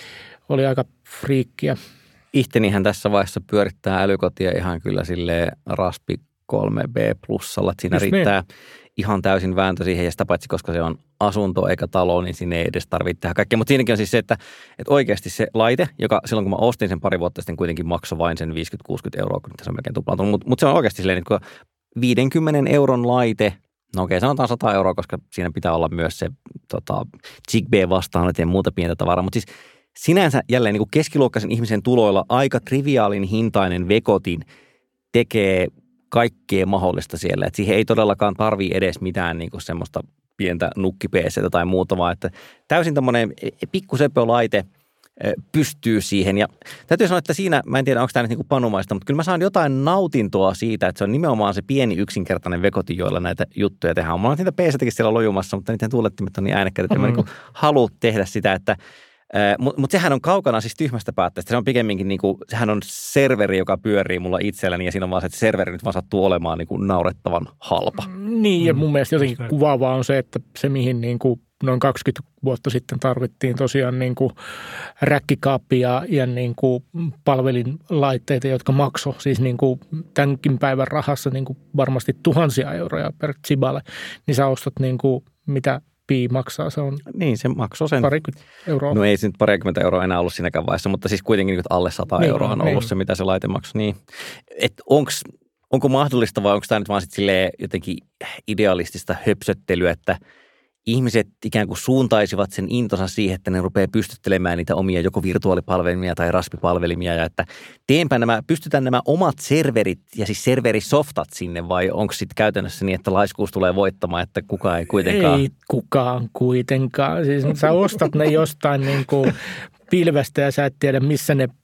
Oli aika friikkiä. Ihtenihän tässä vaiheessa pyörittää älykotia ihan kyllä silleen Raspi kolme B plussalla, että siinä just riittää niin ihan täysin vääntö siihen ja sitä paitsi, koska se on asunto eikä talo, niin siinä ei edes tarvitse tehdä kaikkea. Mutta siinäkin on siis se, että, että oikeasti se laite, joka silloin kun mä ostin sen pari vuotta sitten kuitenkin maksoi vain sen viisikymmentä kuusikymmentä euroa, kun se on melkein tuplaantunut, mutta mut se on oikeasti silleen, että viidenkymmenen euron laite, no okei, sanotaan sata euroa, koska siinä pitää olla myös se tota, Zigbee-vastaanot ja muuta pientä tavaraa, mutta siis sinänsä jälleen niin kuin keskiluokkaisen ihmisen tuloilla aika triviaalin hintainen vekotin tekee kaikkea mahdollista siellä. Et siihen ei todellakaan tarvii edes mitään niin kuin semmoista pientä nukki-PC:tä tai muuta, vaan että täysin tämmöinen pikkusepö laite pystyy siihen. Ja täytyy sanoa, että siinä, mä en tiedä, onko tämä nyt niin kuin panumaista, mutta kyllä mä saan jotain nautintoa siitä, että se on nimenomaan se pieni yksinkertainen vekotin, joilla näitä juttuja tehdään. Mulla on niitä PC:täkin siellä lojumassa, mutta niiden tuulettimet on niin äänekkäitä, että mm. mä niin kuin haluan tehdä sitä, että Mutta mut sehän on kaukana siis tyhmästä päätteestä. Se on pikemminkin, niinku, sehän on serveri, joka pyörii mulla itselläni ja siinä on vaan se, että serveri nyt vaan sattuu olemaan niinku naurettavan halpa. Niin ja mun mielestä jotenkin kuvaavaa on se, että se mihin niinku noin kaksikymmentä vuotta sitten tarvittiin tosiaan niinku räkkikaappi ja, ja niinku palvelinlaitteita, jotka maksoi siis niinku tämänkin päivän rahassa niinku varmasti tuhansia euroja per Zibale, niin sä ostat niinku mitä Pi maksaa, se on niin, se maksoi sen parikymmentä euroa. No ei se nyt parikymmentä euroa enää ollut siinäkään vaiheessa, mutta siis kuitenkin alle sata niin, euroa on ollut niin se, mitä se laite maksoi. Niin. Että onks, onko mahdollista vai onko tämä nyt vaan sitten silleen jotenkin idealistista höpsöttelyä, että ihmiset ikään kuin suuntaisivat sen intonsa siihen, että ne rupeaa pystyttelemään niitä omia joko virtuaalipalvelimia tai raspipalvelimia ja että teenpä nämä, pystytään nämä omat serverit ja siis serverisoftat sinne vai onko sitten käytännössä niin, että laiskuus tulee voittamaan, että kukaan ei kuitenkaan? Ei kukaan kuitenkaan. Siis sä ostat ne jostain niin kuin pilvestä ja sä et tiedä missä ne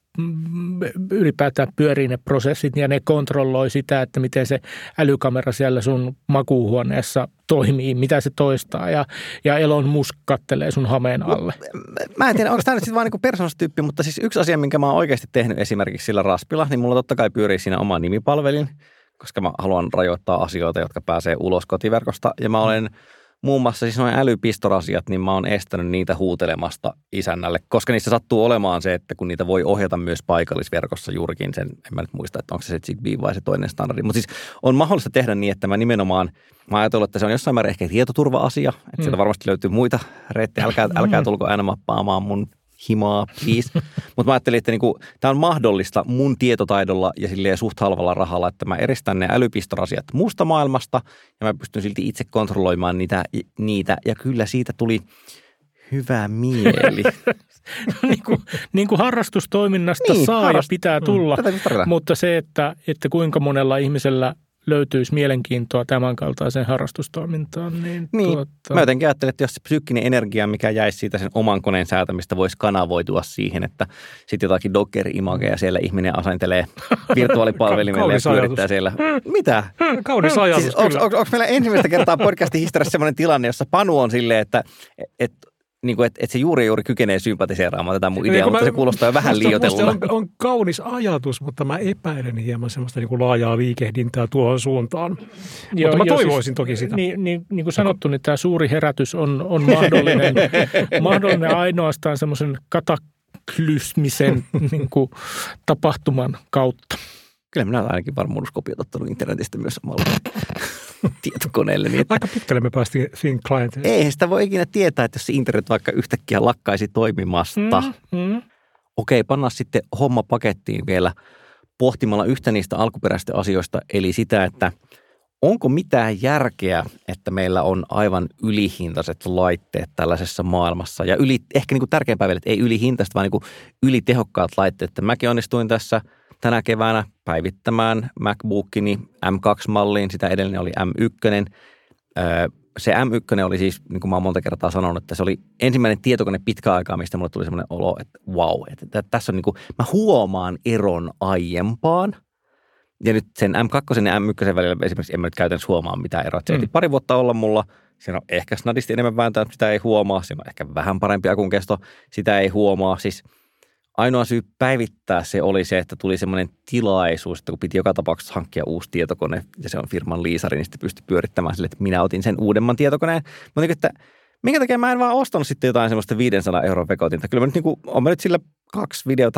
ylipäätään pyörii ne prosessit ja ne kontrolloi sitä, että miten se älykamera siellä sun makuuhuoneessa toimii, mitä se toistaa ja, ja Elon Musk kattelee sun hameen alle. Mä en tiedä, onko tämä nyt sitten vaan niin persoonallisuustyyppi, mutta siis yksi asia, minkä mä oon oikeasti tehnyt esimerkiksi sillä Raspilla, niin mulla totta kai pyörii siinä oma nimipalvelin, koska mä haluan rajoittaa asioita, jotka pääsee ulos kotiverkosta ja mä olen muun muassa siis noin älypistorasiat, niin mä oon estänyt niitä huutelemasta isännälle, koska niissä sattuu olemaan se, että kun niitä voi ohjata myös paikallisverkossa juurikin sen, en mä nyt muista, että onko se se Zigbee vai se toinen standardi, mutta siis on mahdollista tehdä niin, että mä nimenomaan, mä ajatellut, että se on jossain määrin ehkä tietoturva-asia, että mm. sieltä varmasti löytyy muita reittejä, älkää, älkää tulko aina mappaamaan mun himaa, please. Mutta mä ajattelin, että niinku, tämä on mahdollista mun tietotaidolla ja silleen suht halvalla rahalla, että mä eristän ne älypistorasiat muusta maailmasta ja mä pystyn silti itse kontrolloimaan niitä, niitä ja kyllä siitä tuli hyvä mieli. niin, kuin, niin kuin harrastustoiminnasta niin, saa harrast- ja pitää tulla, mm, mutta se, että, että kuinka monella ihmisellä löytyisi mielenkiintoa tämän kaltaiseen harrastustoimintaan. Niin, niin. Tuota... Mä jotenkin ajattelin, että jos se psyykkinen energia, mikä jäisi siitä sen oman koneen säätämistä, voisi kanavoitua siihen, että sitten jotakin Docker-imageja siellä ihminen asentelee virtuaalipalvelimelle ja pyörittää siellä. Mitä? Kaunis ajatus, siis, kyllä. Onko meillä ensimmäistä kertaa podcastin historiassa sellainen tilanne, jossa Panu on silleen, että... Et, niin kuin, että, että se juuri juuri kykenee sympatiseeraamaan tätä mun ideaa, mutta mä, se kuulostaa jo vähän liioitellulla. On, on kaunis ajatus, mutta mä epäilen hieman semmoista niin kuin laajaa liikehdintää tuohon suuntaan. Joo, mutta mä toivoisin siis, toki sitä. Niin, niin, niin kuin sanottu, niin tämä suuri herätys on, on mahdollinen, mahdollinen ainoastaan semmoisen kataklysmisen niin kuin, tapahtuman kautta. Kyllä minä olen ainakin varmuuskopiot ottanut internetistä myös samalla tietokoneelle. Niin että... Aika pitkälle me päästiin siinä clientille. Eihän sitä voi ikinä tietää, että jos se internet vaikka yhtäkkiä lakkaisi toimimasta. Mm, mm. Okei, pannaan sitten homma pakettiin vielä pohtimalla yhtä niistä alkuperäisistä asioista, eli sitä, että onko mitään järkeä, että meillä on aivan ylihintaiset laitteet tällaisessa maailmassa. Ja yli, ehkä niin kuin tärkeämpää vielä, että ei ylihintaiset, vaan niin kuin ylitehokkaat laitteet. Mäkin onnistuin tässä tänä keväänä päivittämään MacBookini M kaksi-malliin, sitä edellinen oli M yksi. Se M yksi oli siis, niin kuin mä oon monta kertaa sanonut, että se oli ensimmäinen tietokone pitkään aikaa, mistä mulle tuli semmoinen olo, että wow, että tässä on niin kuin, mä huomaan eron aiempaan. Ja nyt sen M kaksi ja M yksi välillä esimerkiksi en mä nyt käytännössä huomaa mitään eroa. Se mm. pari vuotta olla mulla, siinä on ehkä snadisti enemmän vääntää, sitä ei huomaa. Siinä on ehkä vähän parempi akun kesto, sitä ei huomaa. Siis ainoa syy päivittää se oli se, että tuli semmoinen tilaisuus, että kun piti joka tapauksessa hankkia uusi tietokone ja se on firman liisari, niin sitten pystyi pyörittämään sille, että minä otin sen uudemman tietokoneen. Mutta niin, että minkä takia mä en vaan ostanut sitten jotain semmoista viisisataa euron vekotinta. Kyllä mä nyt niin kuin, on mä nyt sillä kaksi videota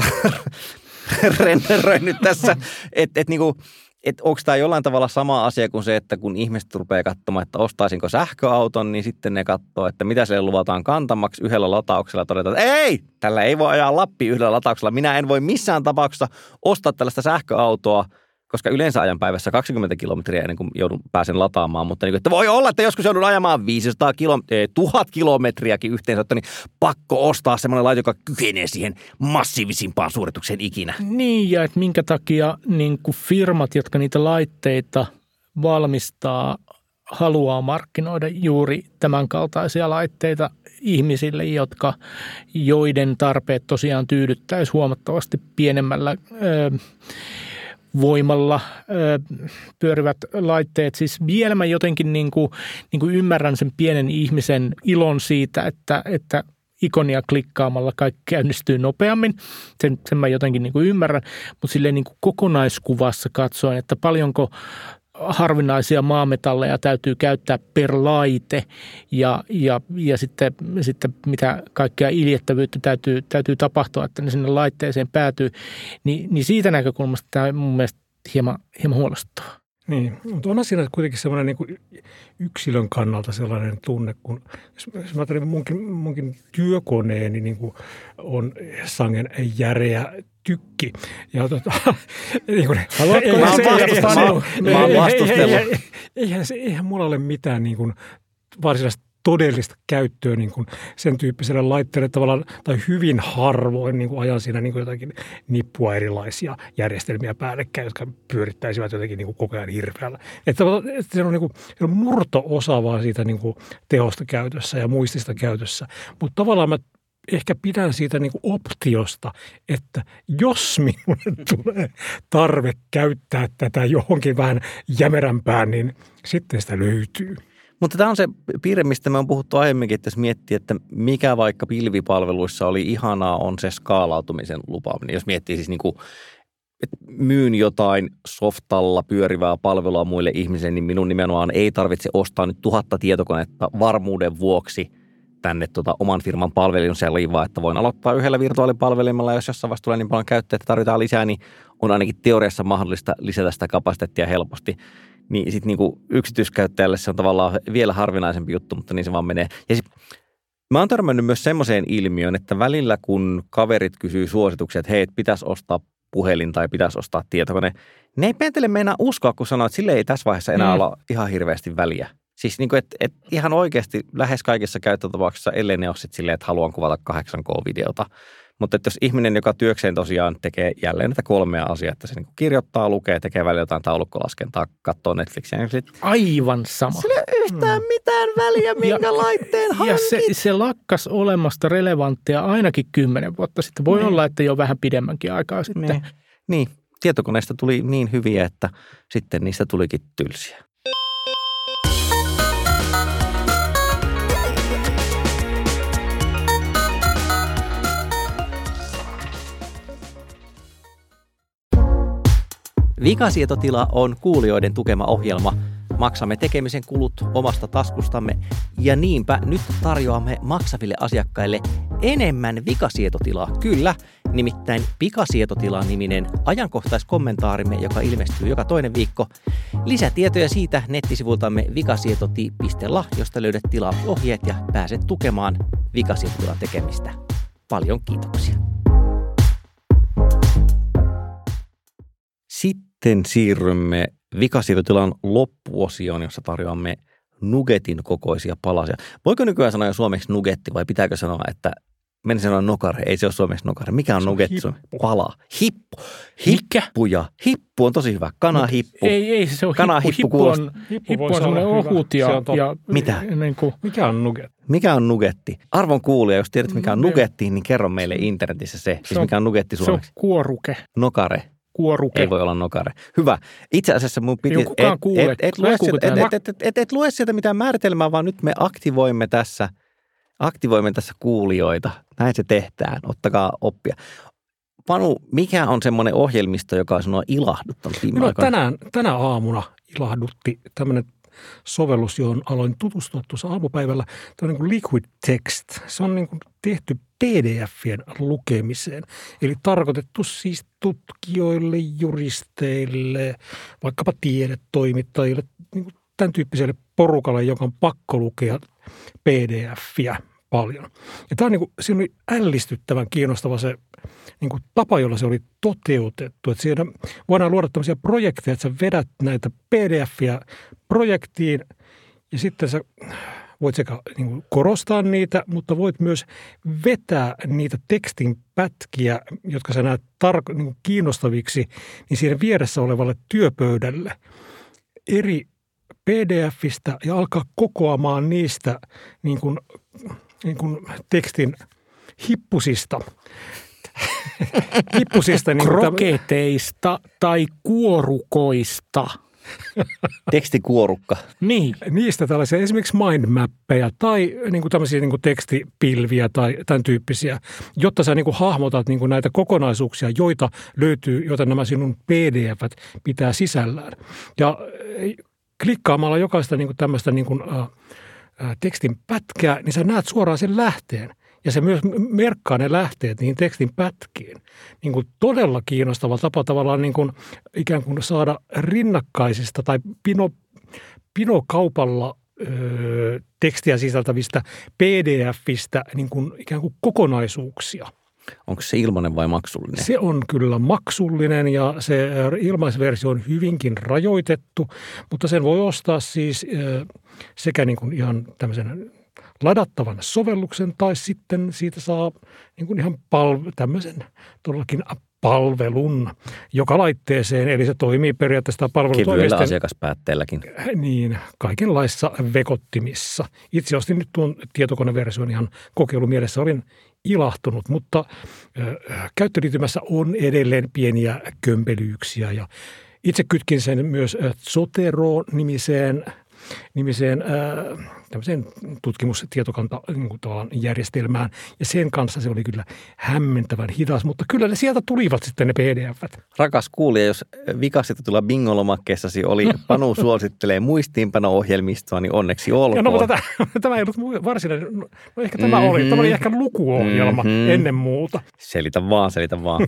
renderöinyt tässä, että et, niin kuin, et onko tämä jollain tavalla sama asia kuin se, että kun ihmiset rupeaa katsomaan, että ostaisinko sähköauton, niin sitten ne katsoo, että mitä sille luvataan kantamaksi yhdellä latauksella. Todetaan, että ei, tällä ei voi ajaa Lappiin yhdellä latauksella. Minä en voi missään tapauksessa ostaa tällaista sähköautoa, koska yleensä ajan päivässä kaksikymmentä kilometriä ennen kuin joudun pääsen lataamaan. Mutta niin, että voi olla, että joskus joudun ajamaan viisisataa kilometriä, tuhat kilometriäkin yhteensä, niin pakko ostaa semmoinen laite, joka kykenee siihen massiivisimpaan suoritukseen ikinä. Niin, ja että minkä takia niin kuin firmat, jotka niitä laitteita valmistaa, haluaa markkinoida juuri tämän kaltaisia laitteita ihmisille, jotka, joiden tarpeet tosiaan tyydyttäisi huomattavasti pienemmällä öö, voimalla ö, pyörivät laitteet. Siis vielä mä jotenkin niin kuin, niin kuin ymmärrän sen pienen ihmisen ilon siitä, että, että ikonia klikkaamalla kaikki käynnistyy nopeammin. Sen, sen mä jotenkin niin kuin ymmärrän, mutta silleen niin kuin kokonaiskuvassa katsoen, että paljonko harvinaisia maametalleja täytyy käyttää per laite ja, ja, ja sitten, sitten mitä kaikkea iljettävyyttä täytyy, täytyy tapahtua, että ne sinne laitteeseen päätyy, niin, niin siitä näkökulmasta tämä on mun mielestä hieman, hieman huolestuttavaa. Niin, mutta on siinä kuitenkin semmoinen niin kuin yksilön kannalta sellainen tunne, kun jos mä ajattelin, munkin, munkin työkoneeni niin kuin on sangen järeä tykki. Ja tota, niin kuin, haluatko mä oon vastustellut? Eihän, eihän mulla ole mitään niin kuin varsinaista todellista käyttöä niin kuin sen tyyppiselle laitteelle tavallaan, tai hyvin harvoin niin kuin ajan siinä niin kuin jotakin nippua erilaisia järjestelmiä päällekkäin, jotka pyörittäisivät jotenkin niin kuin koko ajan hirveällä. Että, että se on, niin kuin, se on murto-osa vaan siitä niin kuin tehosta käytössä ja muistista käytössä, mutta tavallaan mä ehkä pidän siitä niin kuin optiosta, että jos minulle tulee tarve käyttää tätä johonkin vähän jämerämpään, niin sitten sitä löytyy. Mutta tämä on se piirre, mistä me on puhuttu aiemminkin, että jos miettii, että mikä vaikka pilvipalveluissa oli ihanaa, on se skaalautumisen lupaaminen. Jos miettii siis niin kuin, että myyn jotain softalla pyörivää palvelua muille ihmisille, niin minun nimenomaan ei tarvitse ostaa nyt tuhatta tietokonetta varmuuden vuoksi tänne tuota, oman firman palvelun seliin, vaan että voin aloittaa yhdellä virtuaalipalvelimella, jos jossain vaiheessa tulee niin paljon käyttöä, että tarvitaan lisää, niin on ainakin teoriassa mahdollista lisätä sitä kapasiteettia helposti. Niin sitten niinku yksityiskäyttäjälle se on tavallaan vielä harvinaisempi juttu, mutta niin se vaan menee. Ja sit, mä oon törmännyt myös semmoiseen ilmiöön, että välillä kun kaverit kysyy suosituksia, että hei, et pitäisi ostaa puhelin tai pitäisi ostaa tietokone, ne ei pentele meinaa uskoa, kun sanoo, että sille ei tässä vaiheessa enää mm. olla ihan hirveästi väliä. Siis niin kuin, että, että ihan oikeasti lähes kaikissa käyttötapauksissa, ellei ne ole sitten silleen, että haluan kuvata kahdeksan K-videota. Mutta että jos ihminen, joka työkseen tosiaan tekee jälleen näitä kolmea asiaa, että se niin kuin kirjoittaa, lukee, tekee välillä jotain taulukkolaskentaa, katsoo Netflixiä, niin sit, aivan sama. Sillä ei ole yhtään mm. mitään väliä, minkä ja, laitteen hankit. Ja se, se lakkas olemasta relevanttia ainakin kymmenen vuotta sitten. Voi mm. olla, että jo vähän pidemmänkin aikaa sitten. Niin. niin, tietokoneista tuli niin hyviä, että sitten niistä tulikin tylsiä. Vikasietotila on kuulijoiden tukema ohjelma. Maksamme tekemisen kulut omasta taskustamme ja niinpä nyt tarjoamme maksaville asiakkaille enemmän vikasietotilaa. Kyllä, nimittäin Pikasietotila-niminen ajankohtaiskommentaarimme, joka ilmestyy joka toinen viikko. Lisätietoja siitä nettisivultamme vikasietoti piste l a, josta löydät tilausohjeet ja pääset tukemaan vikasietotilan tekemistä. Paljon kiitoksia. Sitten siirrymme Vikasietotilan loppuosioon, jossa tarjoamme nugetin kokoisia palasia. Voiko nykyään sanoa jo suomeksi nugetti vai pitääkö sanoa, että meni sanoa nokare, ei se ole suomeksi nokare. Mikä on nugetti? Hippu. Pala. Hippu. Hippuja. Hippu on tosi hyvä. Kanahippu. Ei, ei se on Kana hippu. Hippu on, hippu on semmoinen ohut ja, ja... Mitä? Niin kuin, mikä on nugetti? Mikä on nugetti? Arvon kuulija, jos tiedät mikä on nugetti, niin kerro meille internetissä se. Siis mikä on nugetti suomeksi? Se on kuoruke. Nokare. Kuoruke. Ei voi olla nokare. Hyvä. Itse asiassa mun piti... Ei kukaan kuule. Et, et, lue sieltä, et, et, et, et, et lue sieltä mitään määritelmää, vaan nyt me aktivoimme tässä, aktivoimme tässä kuulijoita. Näin se tehdään. Ottakaa oppia. Panu, mikä on semmoinen ohjelmisto, joka on sinua ilahduttanut viime no, aikoina? Tänään, tänä aamuna ilahdutti tämmöinen sovellus, johon aloin tutustua tuossa aamupäivällä. Tämä on niin kuin Liquid Text. Se on niin kuin tehty P D F:ien lukemiseen. Eli tarkoitettu siis tutkijoille, juristeille, vaikkapa tiedetoimittajille, niin kuin tämän tyyppiselle porukalle, joka on pakko lukea P D F:iä paljon. Ja tämä on niin kuin, siinä oli ällistyttävän kiinnostava se niin kuin tapa, jolla se oli toteutettu. Että siinä voidaan luoda tämmöisiä projekteja, että sä vedät näitä P D F:iä projektiin ja sitten sä voit sekä niin kuin korostaa niitä, mutta voit myös vetää niitä tekstin pätkiä, jotka sä näet tarko- niin kuin kiinnostaviksi, niin siinä vieressä olevalle työpöydälle eri P D F:istä ja alkaa kokoamaan niistä niin kuin, niin kuin tekstin hippusista. hippusista. Niin kroketeista tai kuorukoista. Tekstikuorukka. Niin. Niistä tällaisia esimerkiksi mindmappeja tai niin kuin tämmöisiä niin kuin tekstipilviä tai tämän tyyppisiä, jotta sä niin kuin hahmotat niin kuin näitä kokonaisuuksia, joita löytyy, joita nämä sinun P D F:t pitää sisällään. Ja klikkaamalla jokaista niin kuin tämmöistä niin kuin, äh, tekstin pätkää, niin sä näet suoraan sen lähteen. Ja se myös merkkaa ne lähteet niihin tekstin pätkiin. Niin kuin todella kiinnostava tapa tavallaan niin kuin ikään kuin saada rinnakkaisista tai pino, pinokaupalla öö, tekstiä sisältävistä P D F:istä niin kuin ikään kuin kokonaisuuksia. Onko se ilmainen vai maksullinen? Se on kyllä maksullinen ja se ilmaisversio on hyvinkin rajoitettu, mutta sen voi ostaa siis öö, sekä niin kuin ihan tämmöisen ladattavan sovelluksen tai sitten siitä saa niin kuin ihan palve, tämmöisen todellakin palvelun joka laitteeseen. Eli se toimii periaatteessa palvelutoimisten. Kevyellä asiakaspäätteelläkin. Niin, kaikenlaisissa vekottimissa. Itse ostin nyt tuon tietokoneversion ihan kokeilumielessä. Olin ilahtunut, mutta äh, käyttöliittymässä on edelleen pieniä kömpelyyksiä ja itse kytkin sen myös äh, Zotero-nimiseen nimiseen äh, tämmöiseen tutkimustietokantajärjestelmään ja sen kanssa se oli kyllä hämmentävän hidas, mutta kyllä ne sieltä tulivat sitten ne P D F:t. Rakas kuulija, jos vikastetulla bingolomakkeessasi oli Panu suosittelee muistiinpano-ohjelmistoa, niin onneksi olkoon. Ja no, mutta tämä, tämä ei ollut varsinainen, no ehkä tämä mm-hmm. oli, tämä oli ehkä lukuohjelma mm-hmm. ennen muuta. Selitä vaan, selitä vaan.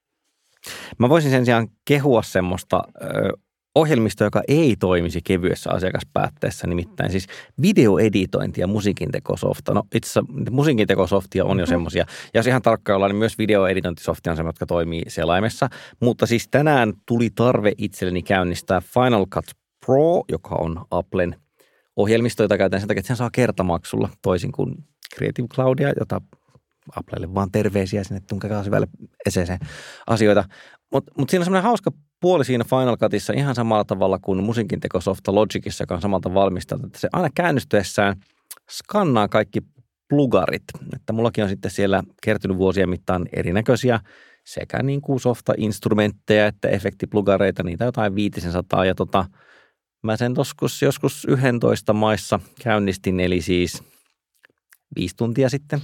Mä voisin sen sijaan kehua semmoista ö, ohjelmisto, joka ei toimisi kevyessä asiakaspäätteessä, nimittäin siis videoeditointi ja musiikintekosofta. No itse asiassa musiikintekosoftia on jo semmoisia, ja jos ihan tarkkaan ollaan, niin myös videoeditointisoftia on semmoisia, jotka toimii selaimessa. Mutta siis tänään tuli tarve itselleni käynnistää Final Cut Pro, joka on Applen ohjelmisto, jota käytetään sen takia, että sen saa kertamaksulla, toisin kuin Creative Cloudia, jota Applelle vaan terveisiä sinne, tunkekaa syvälle eseeseen asioita. Mutta mut siinä on semmoinen hauska puoli siinä Final Cutissa ihan samalla tavalla kuin musiikintekosofta Logicissa, joka on samalta valmisteltu, että se aina käynnistyessään skannaa kaikki plugarit. Että mullakin on sitten siellä kertynyt vuosien mittaan erinäköisiä sekä niin kuin softa-instrumentteja että efektiplugareita, niitä jotain viitisen sataa. Ja tota, mä sen joskus, joskus yksitoista maissa käynnistin, eli siis viisi tuntia sitten.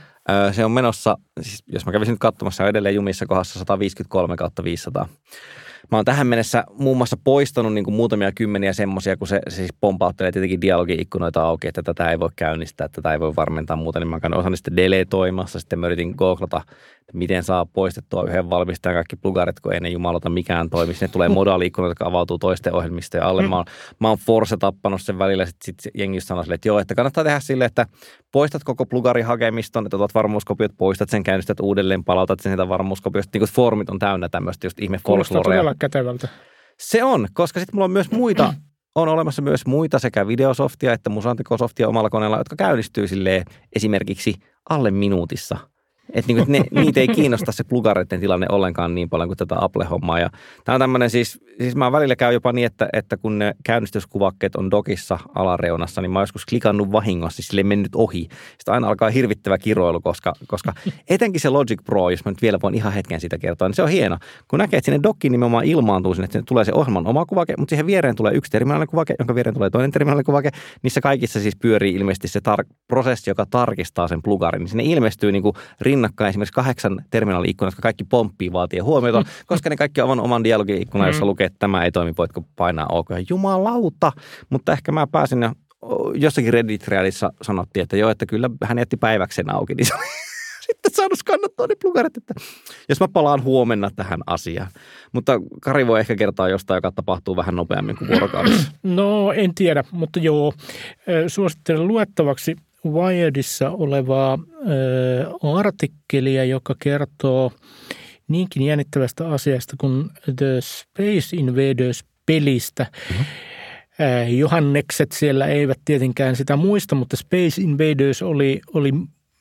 Se on menossa, siis jos mä kävisin nyt katsomassa, on edelleen jumissa kohdassa sata viisikymmentäkolme kautta viisisataa. Mä oon tähän mennessä muun muassa poistanut niin kuin muutamia kymmeniä semmoisia, kun se, se siis pompauttelee tietenkin dialogi-ikkunoita auki, että tätä ei voi käynnistää, tätä ei voi varmentaa muuta, niin mä oon osannut sitten deletoimassa. Sitten mä yritin googlata, että miten saa poistettua yhden valmistajan kaikki plugarit, kun ei ne jumalata mikään toimi. Sinne tulee modaali-ikkunoita, jotka avautuu toisten ohjelmistojen alle. Mä oon, mä oon force tappanut sen välillä, sitten sit jengi sanoi silleen, että joo, että kannattaa tehdä silleen, että poistat koko plugarihakemiston, että otat varmuuskopiot, poistat sen, käynnistät uudelleen, palautat sen niitä varmuuskopioista. Niin kuin foorumit on täynnä tämmöistä just ihme folklorea. Kätevältä. Se on, koska sitten mulla on myös muita, on olemassa myös muita sekä videosoftia että musantekosoftia omalla koneella, jotka käynnistyy silleen esimerkiksi alle minuutissa. Että niinku, ne, niitä ei kiinnosta se plugareiden tilanne ollenkaan niin paljon kuin tätä Apple-hommaa. Ja tämä on tämmöinen siis, siis mä välillä käy jopa niin, että, että kun ne käynnistyskuvakkeet on dokissa alareunassa, niin mä oon joskus klikannut vahingossa, siis sille mennyt ohi. Sitten aina alkaa hirvittävä kiroilu, koska, koska etenkin se Logic Pro, jos mä nyt vielä voin ihan hetken siitä kertoa, niin se on hieno. Kun näkee, että sinne dokkiin nimenomaan ilmaantuu sinne, että sinne tulee se ohjelman oma kuvake, mutta siihen viereen tulee yksi terminaalikuvake, jonka viereen tulee toinen terminaalikuvake. Niissä kaikissa siis pyörii ilmeisesti se tar- prosessi, joka tarkistaa sen plugarin. Niin sinne ilmestyy niin kuin rinnakkain esimerkiksi kahdeksan terminaali-ikkunaa, jotka kaikki pomppii vaatii huomiota, koska ne kaikki on oman dialogi-ikkunan, jossa lukee, että tämä ei toimi, voitko painaa OK. Jumalauta! Mutta ehkä mä pääsin ja jossakin Reddit-readissa sanottiin, että joo, että kyllä hän jätti päiväksen auki, niin se oli sitten saanut skannattua ne plugarit, että jos mä palaan huomenna tähän asiaan. Mutta Kari voi ehkä kertoa jostain, joka tapahtuu vähän nopeammin kuin vuorokaudessa. No en tiedä, mutta joo, suosittelen luettavaksi Wiredissa olevaa ö, artikkelia, joka kertoo niinkin jännittävästä asiasta kuin The Space Invaders-pelistä. Mm-hmm. Äh, Johannekset siellä eivät tietenkään sitä muista, mutta Space Invaders oli, oli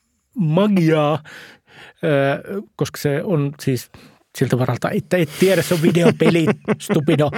magiaa, äh, koska se on siis siltä varalta, että et tiedä, se on videopeli, stupido.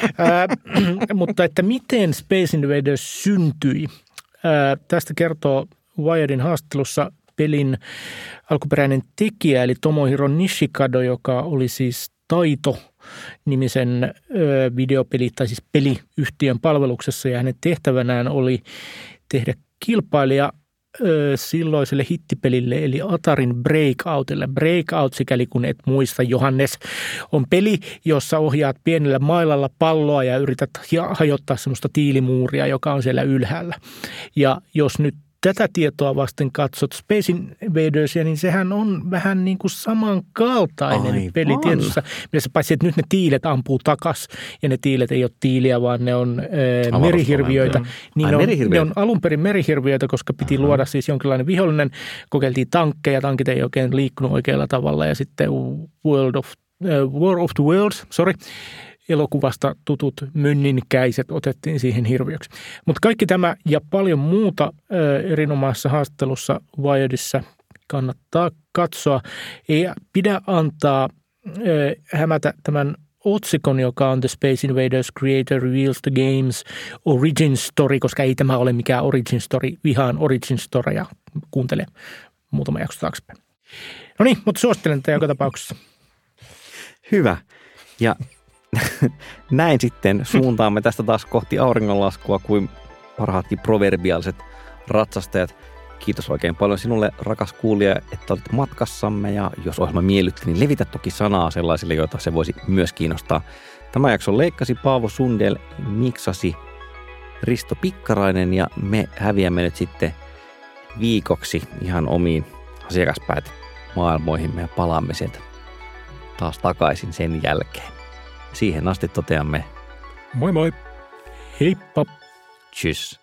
Äh, mutta että miten Space Invaders syntyi? Ää, tästä kertoo Wiredin haastattelussa pelin alkuperäinen tekijä, eli Tomohiro Nishikado, joka oli siis Taito-nimisen ö, videopeli- tai siis peliyhtiön palveluksessa, ja hänen tehtävänään oli tehdä kilpailija ö, silloiselle hittipelille, eli Atarin Breakoutille. Breakout, sikäli kun et muista, Johannes, on peli, jossa ohjaat pienellä mailalla palloa ja yrität hajottaa semmoista tiilimuuria, joka on siellä ylhäällä. Ja jos nyt tätä tietoa vasten katsot Space Invadersia, niin sehän on vähän niin kuin samankaltainen Aivan. peli tietyssä mielessä, paitsi että nyt ne tiilet ampuu takas ja ne tiilet ei ole tiiliä, vaan ne on ää, merihirviöitä. Niin Ai, ne, on, merihirviöitä. ne on alun perin merihirviöitä, koska piti Aha. luoda siis jonkinlainen vihollinen. Kokeiltiin tankkeja, tankit ei oikein liikkunut oikealla tavalla ja sitten World of, uh, War of the Worlds, sorry. elokuvasta tutut mynninkäiset otettiin siihen hirviöksi. Mutta kaikki tämä ja paljon muuta ö, erinomaisessa haastattelussa Wiredissa kannattaa katsoa. Ei pidä antaa ö, hämätä tämän otsikon, joka on The Space Invaders Creator Reveals the Game's Origin Story, koska ei tämä ole mikään origin story, vihaan origin storya. Kuuntele muutama jakso taaksepäin. No niin, mutta suosittelen tätä joka tapauksessa. Hyvä. Ja näin sitten suuntaamme tästä taas kohti auringonlaskua kuin parhaatkin proverbiaaliset ratsastajat. Kiitos oikein paljon sinulle, rakas kuulija, että olit matkassamme, ja jos ohjelma miellytti, niin levitä toki sanaa sellaisille, joita se voisi myös kiinnostaa. Tämä jakso leikkasi Paavo Sundell, miksasi Risto Pikkarainen, ja me häviämme nyt sitten viikoksi ihan omiin asiakaspäätemaailmoihimme ja palaamme sieltä taas takaisin sen jälkeen. Siihen asti toteamme moi moi! Heippa! Tschüss!